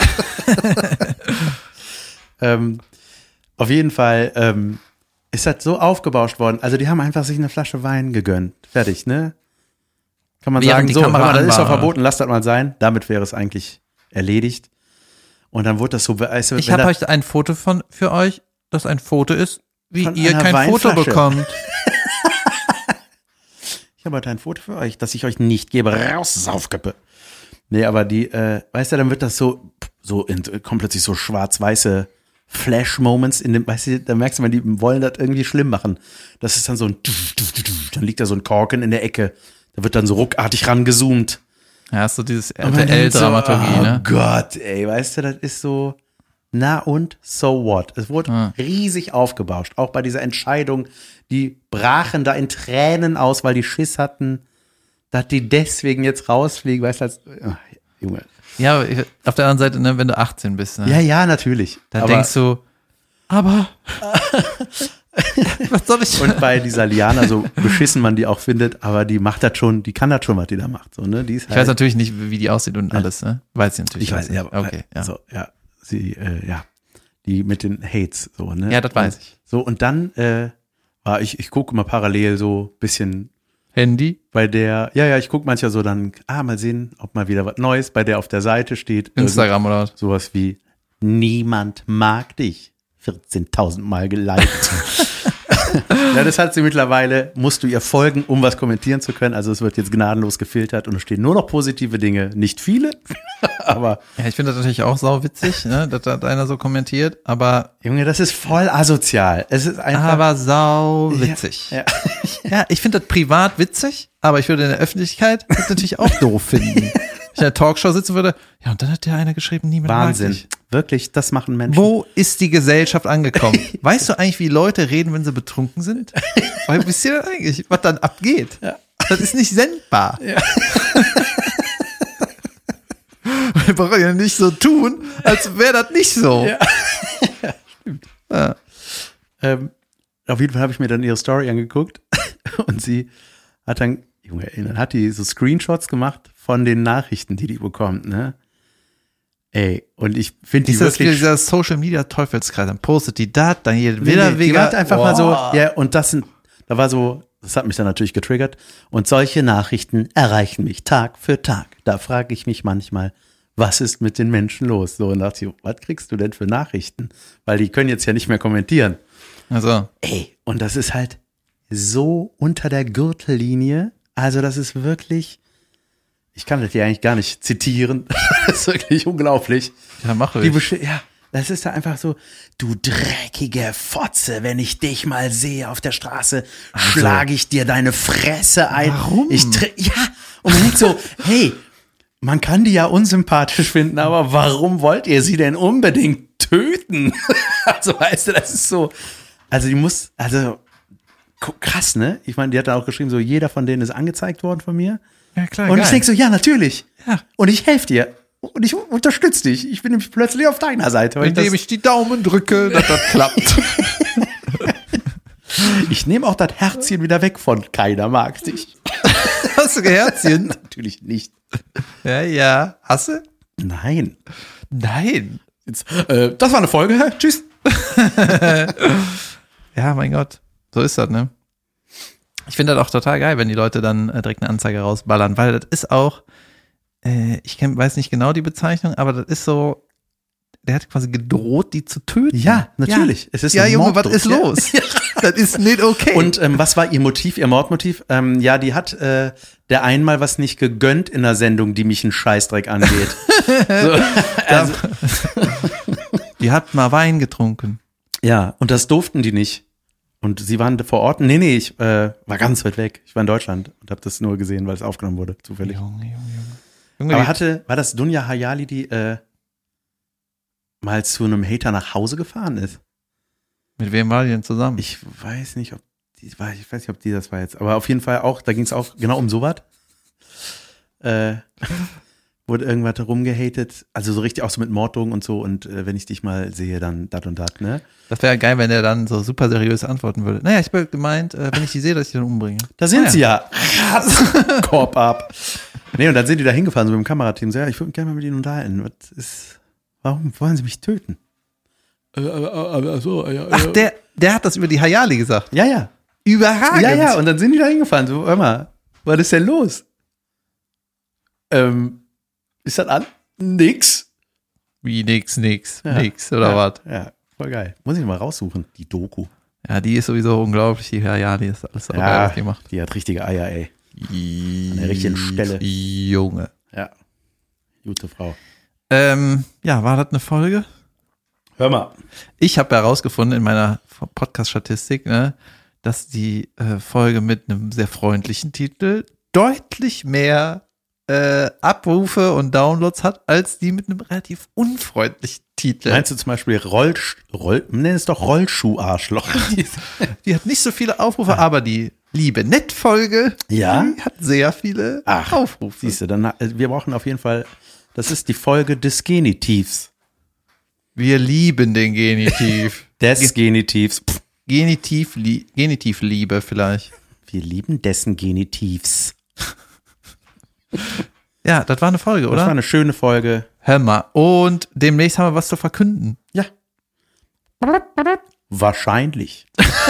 ähm, auf jeden Fall ähm, ist das so aufgebauscht worden. Also die haben einfach sich eine Flasche Wein gegönnt. Fertig, ne? Kann man Während sagen, die so, hör Kamera mal, das an ist doch war. verboten, lasst das mal sein. Damit wäre es eigentlich erledigt. Und dann wurde das so, weißt du, Ich wenn habe da- euch ein Foto von für euch, das ein Foto ist, wie Von ihr einer kein Foto Weinflasche. bekommt. Ich habe heute ein Foto für euch, das ich euch nicht gebe. Raus, Saufköppe. Nee, aber die, äh, weißt du, dann wird das so, so in, kommt plötzlich so schwarz-weiße Flash-Moments in dem, weißt du, da merkst du mal, die wollen das irgendwie schlimm machen. Das ist dann so ein, dann liegt da so ein Korken in der Ecke. Da wird dann so ruckartig rangezoomt. Ja, hast du dieses Und man denkt L-Dramaturgie, so, oh ne? Gott, ey, weißt du, das ist so, na und, so what? Es wurde Ah. riesig aufgebauscht, auch bei dieser Entscheidung. Die brachen da in Tränen aus, weil die Schiss hatten, dass die deswegen jetzt rausfliegen, weißt du, als, ach, Junge. Ja, aber ich- auf der anderen Seite, ne, wenn du achtzehn bist, ne? Ja, ja, natürlich. Dann Aber- denkst du, aber was soll ich? Und bei dieser Liana, so beschissen man die auch findet, aber die macht das schon, die kann das schon, was die da macht. So, ne? Die ist Ich halt, weiß natürlich nicht, wie die aussieht und alles, ne? Weiß sie natürlich. ich weiß, nicht. ja, Okay, ja. So, ja, sie, äh, ja, die mit den Hates, so, ne? Ja, das weiß ich. So, und dann, äh, war ich, ich gucke immer parallel so ein bisschen Handy, bei der, ja, ja, ich gucke manchmal so dann, ah, mal sehen, ob mal wieder was Neues bei der auf der Seite steht. Instagram oder was? Irgend- Sowas wie, niemand mag dich. vierzehntausend Mal geliked. Ja, das hat sie mittlerweile, musst du ihr folgen, um was kommentieren zu können. Also es wird jetzt gnadenlos gefiltert und es stehen nur noch positive Dinge. Nicht viele, aber Ja, ich finde das natürlich auch sau witzig, ne, dass da einer so kommentiert, aber, Junge, das ist voll asozial. Es ist einfach, aber sau witzig. ja. Ja, ich finde das privat witzig, aber ich würde in der Öffentlichkeit das natürlich auch doof finden. Wenn ich in der Talkshow sitzen würde, ja, und dann hat der einer geschrieben, niemand mag Wahnsinn. dich. Wirklich, das machen Menschen. Wo ist die Gesellschaft angekommen? Weißt du eigentlich, wie Leute reden, wenn sie betrunken sind? Weil, wisst ihr das eigentlich, was dann abgeht? Ja. Das ist nicht sendbar. Ja. Wir brauchen ja nicht so tun, als wäre das nicht so. Ja. Ja. Ähm, auf jeden Fall habe ich mir dann ihre Story angeguckt und sie hat dann, Junge, ey, dann hat die so Screenshots gemacht von den Nachrichten, die die bekommt, ne? Ey, und ich finde die Ist das wieder wirklich. dieser Social Media Teufelskreis? Dann postet die das, dann hier Nee, wieder nee, die macht einfach mal so, Boah. ja, und das sind, da war so, das hat mich dann natürlich getriggert. Und solche Nachrichten erreichen mich Tag für Tag. Da frage ich mich manchmal, was ist mit den Menschen los? So, und dachte ich, was kriegst du denn für Nachrichten? Weil die können jetzt ja nicht mehr kommentieren. Also, Ey, und das ist halt so unter der Gürtellinie. Also das ist wirklich, ich kann das hier eigentlich gar nicht zitieren. Das ist wirklich unglaublich. ja, mach Die ich. Besch- ja, das ist da einfach so, du dreckige Fotze, wenn ich dich mal sehe auf der Straße, schlage ich dir deine Fresse ein. Warum? Ich tre- ja, und man denkt so, hey, man kann die ja unsympathisch finden, aber warum wollt ihr sie denn unbedingt töten? Also weißt du, das ist so, also die muss, also k- krass, ne? Ich meine, die hat da auch geschrieben, so jeder von denen ist angezeigt worden von mir. Ja, klar, Und geil. ich denke so, ja, natürlich. Ja. Und ich helfe dir. Und ich unterstütze dich. Ich bin nämlich plötzlich auf deiner Seite. weil Indem das- ich die Daumen drücke, dass das klappt. Ich nehme auch das Herzchen wieder weg von keiner mag dich. Hast du Herzchen? Natürlich nicht. Ja, ja. Hast du? Nein. Nein. Jetzt, äh, das war eine Folge. Tschüss. Ja, mein Gott. So ist das, ne? Ich finde das auch total geil, wenn die Leute dann äh, direkt eine Anzeige rausballern, weil das ist auch, äh, ich kenn, weiß nicht genau die Bezeichnung, aber das ist so, der hat quasi gedroht, die zu töten. Ja, natürlich. Ja, Es ist ja ein Junge, was Morddroh. ist Ja. los? Das ist nicht okay. Und ähm, was war ihr Motiv, ihr Mordmotiv? Ähm, ja, die hat äh, der einmal was nicht gegönnt in der Sendung, die mich einen Scheißdreck angeht. So, also, die hat mal Wein getrunken. ja, und das durften die nicht. Und sie waren vor Ort. Nee, nee, ich äh, war ganz weit weg. Ich war in Deutschland und habe das nur gesehen, weil es aufgenommen wurde, zufällig. Junge, Junge, Junge. Junge, Aber die- hatte, war das Dunja Hayali, die äh, mal zu einem Hater nach Hause gefahren ist? mit wem war die denn zusammen? Ich weiß nicht, ob die war, ich weiß nicht, ob die das war jetzt. Aber auf jeden Fall auch, da ging es auch genau um sowas. Äh, wurde irgendwas rumgehatet, also so richtig auch so mit Morddrohungen und so. Und äh, wenn ich dich mal sehe, dann dat und dat, ne? Das wäre geil, wenn der dann so super seriös antworten würde. Naja, ich habe gemeint, äh, wenn ich die sehe, dass ich die dann umbringe. Da sind Ah, sie ja. Ratz, Korb ab. Nee, und dann sind die da hingefahren, so mit dem Kamerateam. So, ja, ich würde mich gerne mal mit ihnen unterhalten. Was ist, warum wollen sie mich töten? Äh, äh, äh, so, ja, Ach, der, der hat das über die Hayali gesagt. Ja, ja. Überragend. Ja, ja, und dann sind die da hingefahren. So, hör mal, was ist denn los? Ähm, ist das an? Nix. Wie nix, nix, Ja. nix, oder ja, was? Ja, voll geil. Muss ich mal raussuchen, die Doku. Ja, die ist sowieso unglaublich, die Hayali ist alles so geil, Ja, was die macht. die hat richtige Eier, ey. An der richtigen Stelle. Junge. Ja. gute Frau. Ähm, ja, war das eine Folge? Hör mal. Ich habe herausgefunden in meiner Podcast-Statistik, ne, dass die äh, Folge mit einem sehr freundlichen Titel deutlich mehr äh, Abrufe und Downloads hat, als die mit einem relativ unfreundlichen Titel. Meinst du zum Beispiel Roll, Roll nenn es doch Rollschuh-Arschloch? Die hat nicht so viele Aufrufe, aber die Liebe Nett-Folge, Ja? die hat sehr viele Ach, Aufrufe. Siehst du, dann, äh, wir brauchen auf jeden Fall, das ist die Folge des Genitivs. Wir lieben den Genitiv. Des Genitivs. Pff, Genitiv, li Genitivliebe vielleicht. wir lieben dessen Genitivs. Ja, das war eine Folge, Das oder? war eine schöne Folge. Hör mal. Und demnächst haben wir was zu verkünden. Ja. Wahrscheinlich.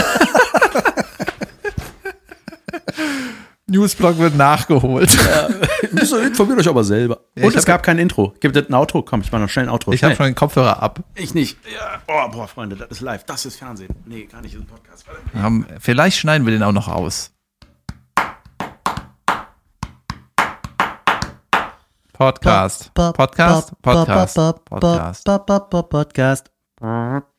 Newsblog wird nachgeholt. Informiert euch aber selber. Ja, Und ich es hab- gab kein Intro. Gibt es ein Outro? Komm, ich mach noch schnell ein Outro. Ich habe Schnell. schon den Kopfhörer ab. Ich nicht. Ja. Oh, boah, Freunde, das ist live. Das ist Fernsehen. Nee, gar nicht, ist ein Podcast. Ähm, vielleicht schneiden wir den auch noch aus. Podcast. Podcast. Podcast. Podcast. Podcast.